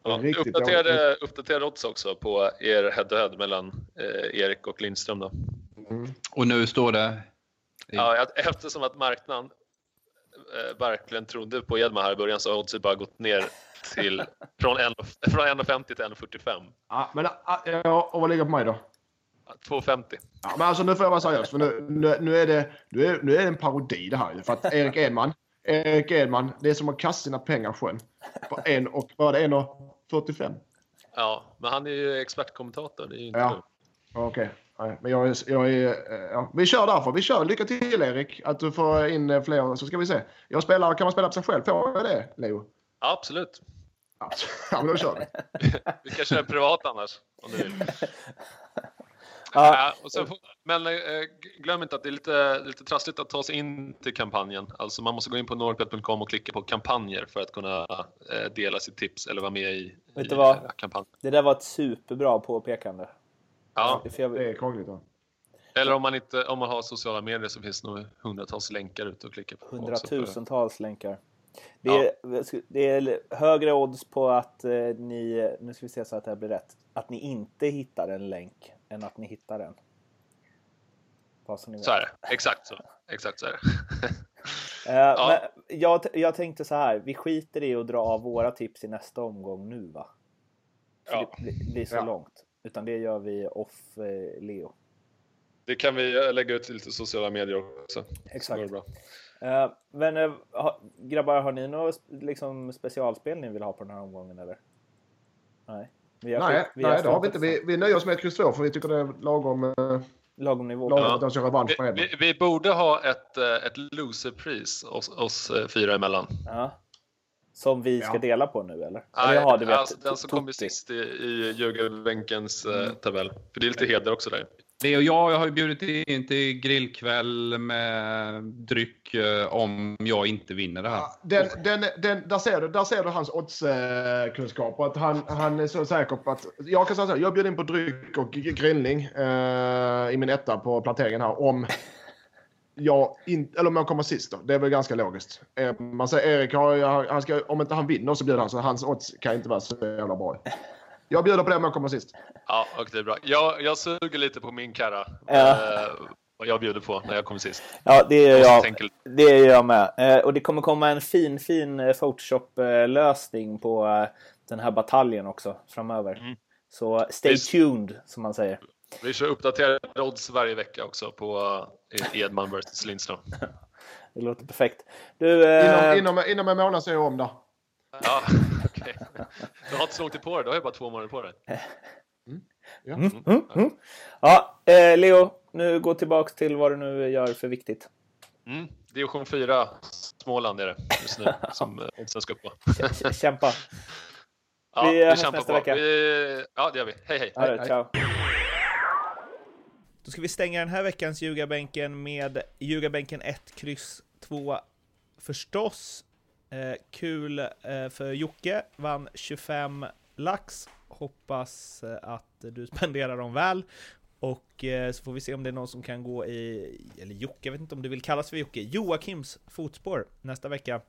Ja, uppdaterade odds också på er head-to-head mellan Erik och Lindström då. Mm. Och nu står det... Ja, eftersom att marknaden verkligen trodde på Edman här i början, så har oddset bara gått ner till från 1,50 till 1,45. Ja, men och vad ligger på mig då? 2,50. Ja, men alltså nu får jag vara seriös, för nu är det en parodi det här. För att Erik Edman, det är som att kasta sina pengar sjön. På 1,45. Ja, men han är ju expertkommentator. Det är ju inte ja. Okej. Nej, men jag är vi kör därför. Vi kör. Lycka till, Erik. Att du får in fler, så ska vi se. Kan man spela på sig själv? Får jag det, Leo? Ja, absolut. Ja, men då kör vi. Vi kan köra privat annars, om du vill. Ja. Men glöm inte att det är lite trassligt att ta sig in till kampanjen. Alltså man måste gå in på nordicbet.com och klicka på kampanjer för att kunna dela sitt tips eller vara med i kampanjen. Det där var ett superbra påpekande. Ja, det är krångligt då. Eller om man har sociala medier, så finns det nog hundratals länkar ute att klicka på. Hundratusentals länkar. Det är högre odds på att ni, nu ska vi se så att det här blir rätt, att ni inte hittar en länk än att ni hittar den. Så är det. Exakt så är det. Men jag tänkte så här, vi skiter i att dra av våra tips i nästa omgång nu, va? Ja. Det blir så långt. Utan det gör vi off Leo. Det kan vi lägga ut lite sociala medier också. Exakt. Men grabbar, har ni några liksom specialspel ni vill ha på den här omgången, eller? Nej. Nej, det har vi inte. Vi nöjer oss med ett kryss 2 för vi tycker det är lagom nivå. Vi borde ha ett loserpris oss 4 emellan. Ja. Som vi ska dela på nu, eller? Nej, den som kommer sist i Djurgårdsbänkens tabell. För det är lite heder också där. Det och jag har ju bjudit in till grillkväll med dryck om jag inte vinner det här. Där ser du hans oddskunskap. Att han är så säker på att... Jag kan säga så här, jag bjuder in på dryck och grillning i min etta på planteringen här. Om jag kommer sist då. Det är väl ganska logiskt. Man säger Erik, om inte han vinner så bjuder han. Så hans odds kan inte vara så jävla bra. Jag bjuder på det om jag kommer sist. Ja, och det är bra. Jag suger lite på min karra. Vad jag bjuder på när jag kommer sist. Ja, det är jag. Det är jag med. Och det kommer komma en fin Photoshop-lösning på den här bataljen också framöver. Så stay tuned, som man säger. Vi kör uppdaterade odds varje vecka också på Edman vs Lindström. Det låter perfekt. Du, inom en månad så är jag om då. Ja, okej. Du har inte så långt till på det, du har ju bara 2 månader på det. Ja, Leo, nu gå tillbaka till vad du nu gör för viktigt. Division 4, Småland är det just nu som oddsen ska upp på. Kämpa. Ja, vi hörs kämpar nästa på. vecka. Ja, det gör vi. Hej. Ciao. Då ska vi stänga den här veckans Ljugarbänken med Ljugarbänken 1, kryss 2 förstås. Kul för Jocke, vann 25 lax. Hoppas att du spenderar dem väl. Och så får vi se om det är någon som kan gå eller Jocke, jag vet inte om du vill kallas för Jocke, Joakims fotspår nästa vecka.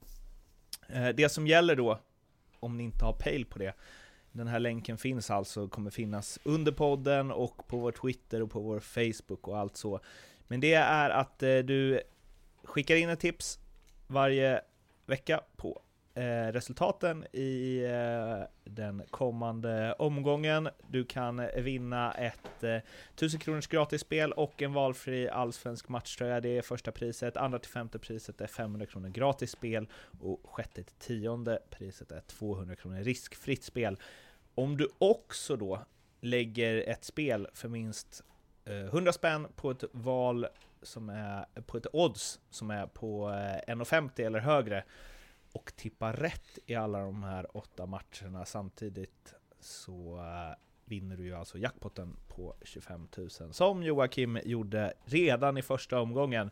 Det som gäller då, om ni inte har pejl på det, den här länken kommer finnas under podden och på vår Twitter och på vår Facebook och allt så. Men det är att du skickar in ett tips varje vecka på resultaten i den kommande omgången. Du kan vinna ett 1000 kronors gratisspel och en valfri allsvensk matchtröja. Det är första priset. Andra till femte priset är 500 kronor gratisspel och sjätte till tionde priset är 200 kronor riskfritt spel. Om du också då lägger ett spel för minst 100 spänn på ett val som är på ett odds som är på 1,50 eller högre och tippar rätt i alla de här 8 matcherna samtidigt, så vinner du ju alltså jackpotten på 25 000 som Joakim gjorde redan i första omgången.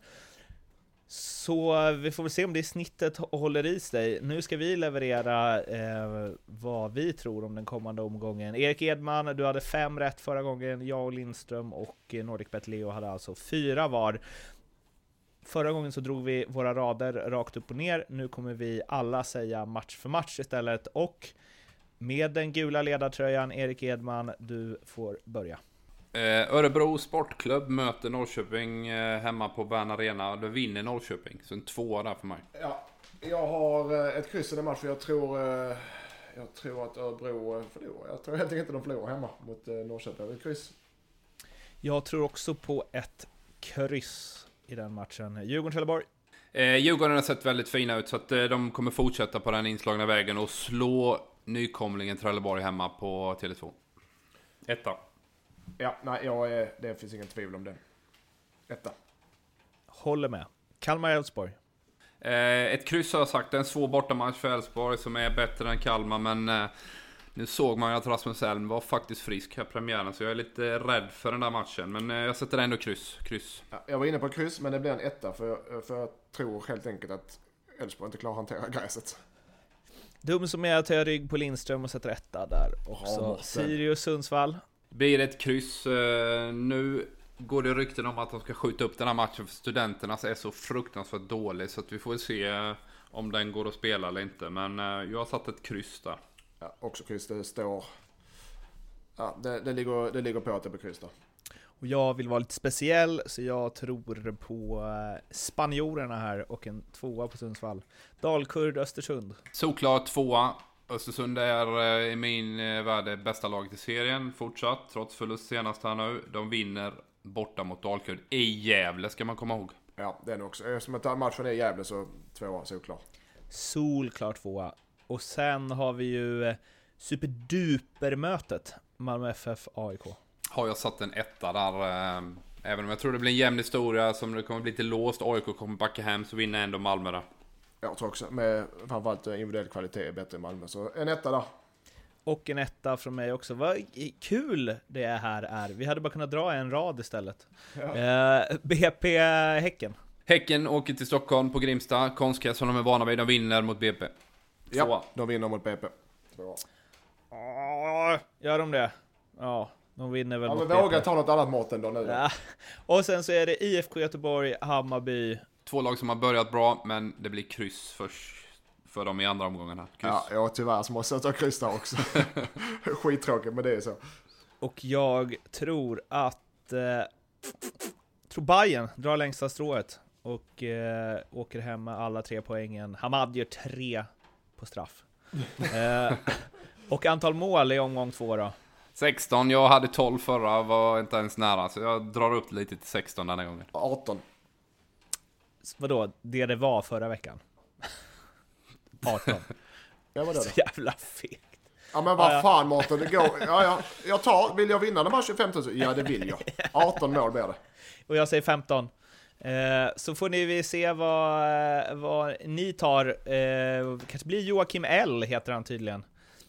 Så vi får väl se om det snittet håller i sig. Nu ska vi leverera vad vi tror om den kommande omgången. Erik Edman, du hade 5 rätt förra gången. Jag och Lindström och NordicBet Leo hade alltså 4 var. Förra gången så drog vi våra rader rakt upp och ner. Nu kommer vi alla säga match för match istället. Och med den gula ledartröjan, Erik Edman, du får börja. Örebro Sportklubb möter Norrköping hemma på Bern Arena. Då vinner Norrköping. Så en 2 där för mig. Ja, jag har ett kryss i den matchen. Jag tror att Örebro förlorar. Jag tror helt enkelt inte de förlorar hemma mot Norrköping. Ett kryss. Jag tror också på ett kryss i den matchen. Djurgården-Trelleborg. Djurgården har sett väldigt fina ut så att de kommer fortsätta på den inslagna vägen och slå nykomlingen Trelleborg hemma på Tele2. 1. Ja, nej, det finns ingen tvivel om det. 1. Håller med. Kalmar-Elfsborg. Ett kryss har jag sagt. Det är en svår bortamatch för Elfsborg som är bättre än Kalmar, men nu såg man ju att Rasmus Elm var faktiskt frisk här premiären, så jag är lite rädd för den där matchen. Men jag sätter ändå kryss. Ja, jag var inne på kryss, men det blir en 1 för jag tror helt enkelt att Elfsborg inte klarar att hantera gräset. Dum som är att jag rygg på Lindström och sätter 1 där. Också Sirius Sundsvall. Blir ett kryss. Nu går det rykten om att de ska skjuta upp den här matchen för studenterna är så fruktansvärt dålig, så att vi får se om den går att spela eller inte. Men jag har satt ett kryss där. Ja, också kryss. Det står... Ja, det ligger på att det blir kryss där. Och jag vill vara lite speciell, så jag tror på spanjorerna här och en 2 på Sundsvall. Dalkurd Östersund. Såklart 2. Östersund är i min värld bästa laget i serien fortsatt, trots förlust senast här nu. De vinner borta mot Dalkurd i Gävle, ska man komma ihåg. Ja, det är nog också. Eftersom att matchen är i Gävle så 2 såklart. Solklart 2. Och sen har vi ju superdupermötet Malmö FF AIK. Har jag satt en 1 där, även om jag tror det blir en jämn historia som det kommer bli lite låst. AIK kommer backa hem, så vinner ändå Malmö där. Jag tror också, med framförallt individuell kvalitet är bättre i Malmö. Så en 1 där. Och en 1 från mig också. Vad kul det här är. Vi hade bara kunnat dra en rad istället. Ja. BP Häcken. Häcken åker till Stockholm på Grimsta. Konstgräs som de är vana vid. De vinner mot BP. Ja, de vinner mot BP. Gör de det? Ja, de vinner väl mot BP. Men våga ta något annat mått ändå nu. Ja. Och sen så är det IFK Göteborg, Hammarby. 2 lag som har börjat bra, men det blir kryss först för dem i andra omgången här. Ja, tyvärr så måste jag ta kryss där också. Skittråkigt, men det är så. Och jag tror att tror Bayern drar längsta strået och åker hem med alla 3 poängen. Hamad gör 3 på straff. Och antal mål i omgång 2 då? 16, jag hade 12 förra, var inte ens nära. Så jag drar upp lite till 16 denna gången. 18. Vadå? Det var förra veckan? 18. Ja, vad det så jävla fegt. Ja, men vad fan Mårten, det går. Ja, vill jag vinna de här 25 000? Ja, det vill jag. 18 mål blir det. Och jag säger 15. Så får ni se vad ni tar. Kanske blir Joakim L heter han tydligen.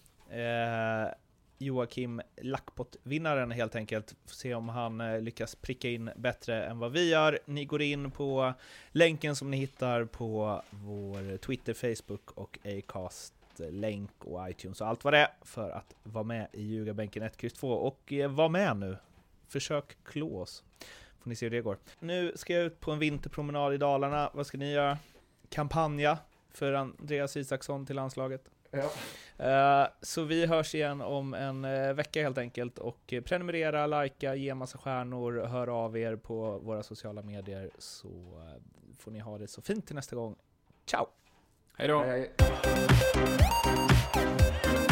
Joakim Lackpott-vinnaren helt enkelt. Får se om han lyckas pricka in bättre än vad vi gör. Ni går in på länken som ni hittar på vår Twitter, Facebook och Acast länk och iTunes och allt vad det är för att vara med i Ljugarbänken 1-2 och var med nu. Försök klå oss. Får ni se hur det går. Nu ska jag ut på en vinterpromenad i Dalarna. Vad ska ni göra? Kampanja för Andreas Isaksson till landslaget. Ja. Så vi hörs igen om en vecka helt enkelt. Och prenumerera, likea, ge massa stjärnor, hör av er på våra sociala medier, så får ni ha det så fint till nästa gång. Ciao! Hej då! Hej.